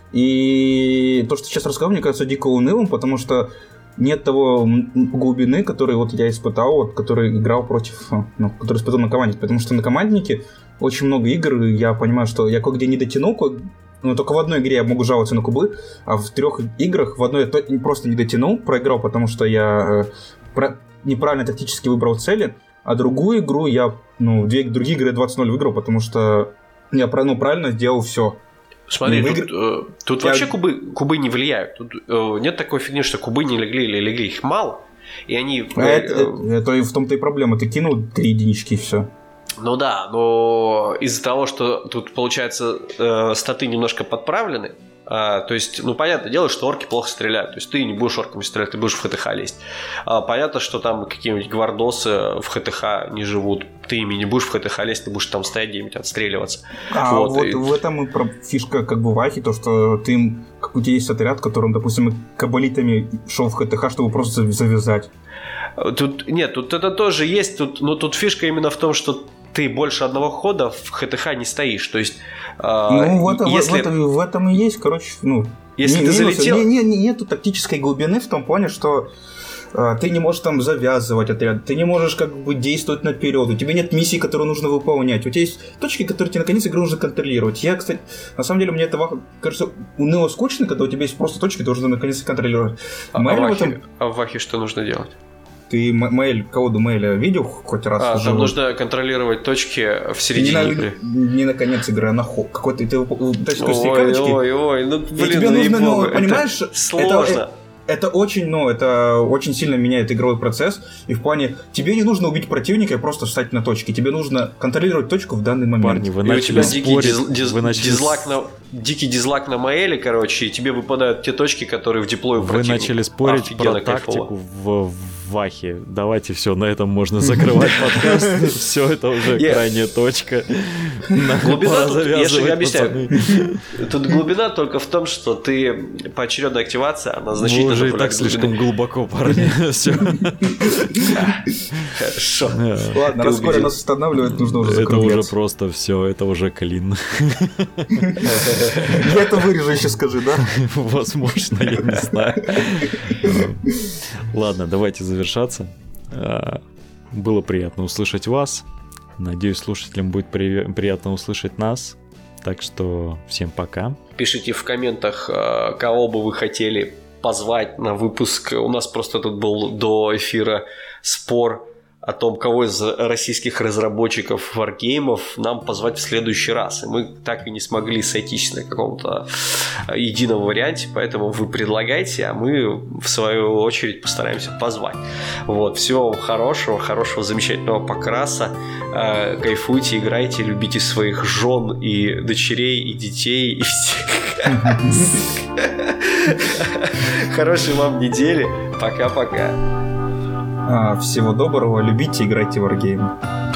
и то, что сейчас рассказал, мне кажется дико унылым, потому что нет того глубины, которую вот я испытал, вот, который играл против, ну, который испытал на команднике. Потому что на команднике очень много игр, и я понимаю, что я кое-где не дотянул, ну, только в одной игре я могу жаловаться на кубы, а в трех играх в одной я просто не дотянул, проиграл, потому что я э, про- неправильно тактически выбрал цели, а другую игру я, ну, две другие игры двадцать ноль выиграл, потому что я ну, правильно сделал все. Смотри, тут, игр... э, тут я... вообще кубы, кубы не влияют. Тут э, нет такой фигни, что кубы не легли или легли, их мало, и они... А э, это, э, это и в том-то и проблема, ты кинул три единички и все. Ну да, но из-за того, что тут, получается, э, статы немножко подправлены, э, то есть, ну, понятное дело, что орки плохо стреляют, то есть ты не будешь орками стрелять, ты будешь в ХТХ лезть. А понятно, что там какие-нибудь гвардосы в ХТХ не живут, ты ими не будешь в ХТХ лезть, ты будешь там стоять где-нибудь отстреливаться. А вот, вот и... в этом и фишка как бы вахи, то, что ты, как у тебя есть отряд, которым, допустим, кабалитами шел в ХТХ, чтобы просто завязать. Тут, нет, тут это тоже есть, тут, но тут фишка именно в том, что ты больше одного хода в ХТХ не стоишь, то есть... Ну, в, это, если... в, этом, в этом и есть, короче, ну... Если не, ты минус, залетел... Не, не, не, нету тактической глубины в том плане, что а, ты не можешь там завязывать отряд, ты не можешь как бы действовать наперед, у тебя нет миссий, которые нужно выполнять, у тебя есть точки, которые тебе наконец игру нужно контролировать. Я, кстати, на самом деле, мне это, кажется, уныло скучно, когда у тебя есть просто точки, которые нужно наконец контролировать. А, а, в Вахе, этом... а в Вахе что нужно делать? Ты Мэйль, колоду Мэйля видел хоть раз? А, там нужно контролировать точки в середине не игры. На, не на конец игры, а на ход. Какой-то ты точку ой, ой, ой, ну блин, тебе ну нужно, ну, это понимаешь, сложно. Это, это очень, ну, это очень сильно меняет игровой процесс. И в плане, тебе не нужно убить противника и просто встать на точке. Тебе нужно контролировать точку в данный момент. Парни, вы и начали у тебя спорить. Дикий, диз, вы начали... дизлайк на, дикий дизлайк на Маэле, короче, и тебе выпадают те точки, которые в диплое у противника. Вы начали спорить Офигенно про кайфово. тактику в... Вахе. Давайте все, на этом можно закрывать подкаст. Все, это уже крайняя точка. Глубина тут, я же объясняю. Тут глубина только в том, что ты поочередная активация, она значительно... Вы уже и так слишком глубоко, парни. Все. Хорошо. Ладно, раз Коля нас останавливает, нужно уже закругляться. Это уже просто все, это уже клин. Я это вырежу еще, скажи, да? Возможно, я не знаю. Ладно, давайте завершаться. Было приятно услышать вас. Надеюсь, слушателям будет при... приятно услышать нас. Так что всем пока. Пишите в комментах, кого бы вы хотели позвать на выпуск. У нас просто тут был до эфира спор о том, кого из российских разработчиков варгеймов нам позвать в следующий раз. И мы так и не смогли сойтись на каком-то едином варианте, поэтому вы предлагайте, а мы в свою очередь постараемся позвать. Вот, всего хорошего, хорошего, замечательного покраса. Э, кайфуйте, играйте, любите своих жен и дочерей, и детей, и всех. Хорошей вам недели. Пока-пока. Всего доброго, любите, играйте в Wargame.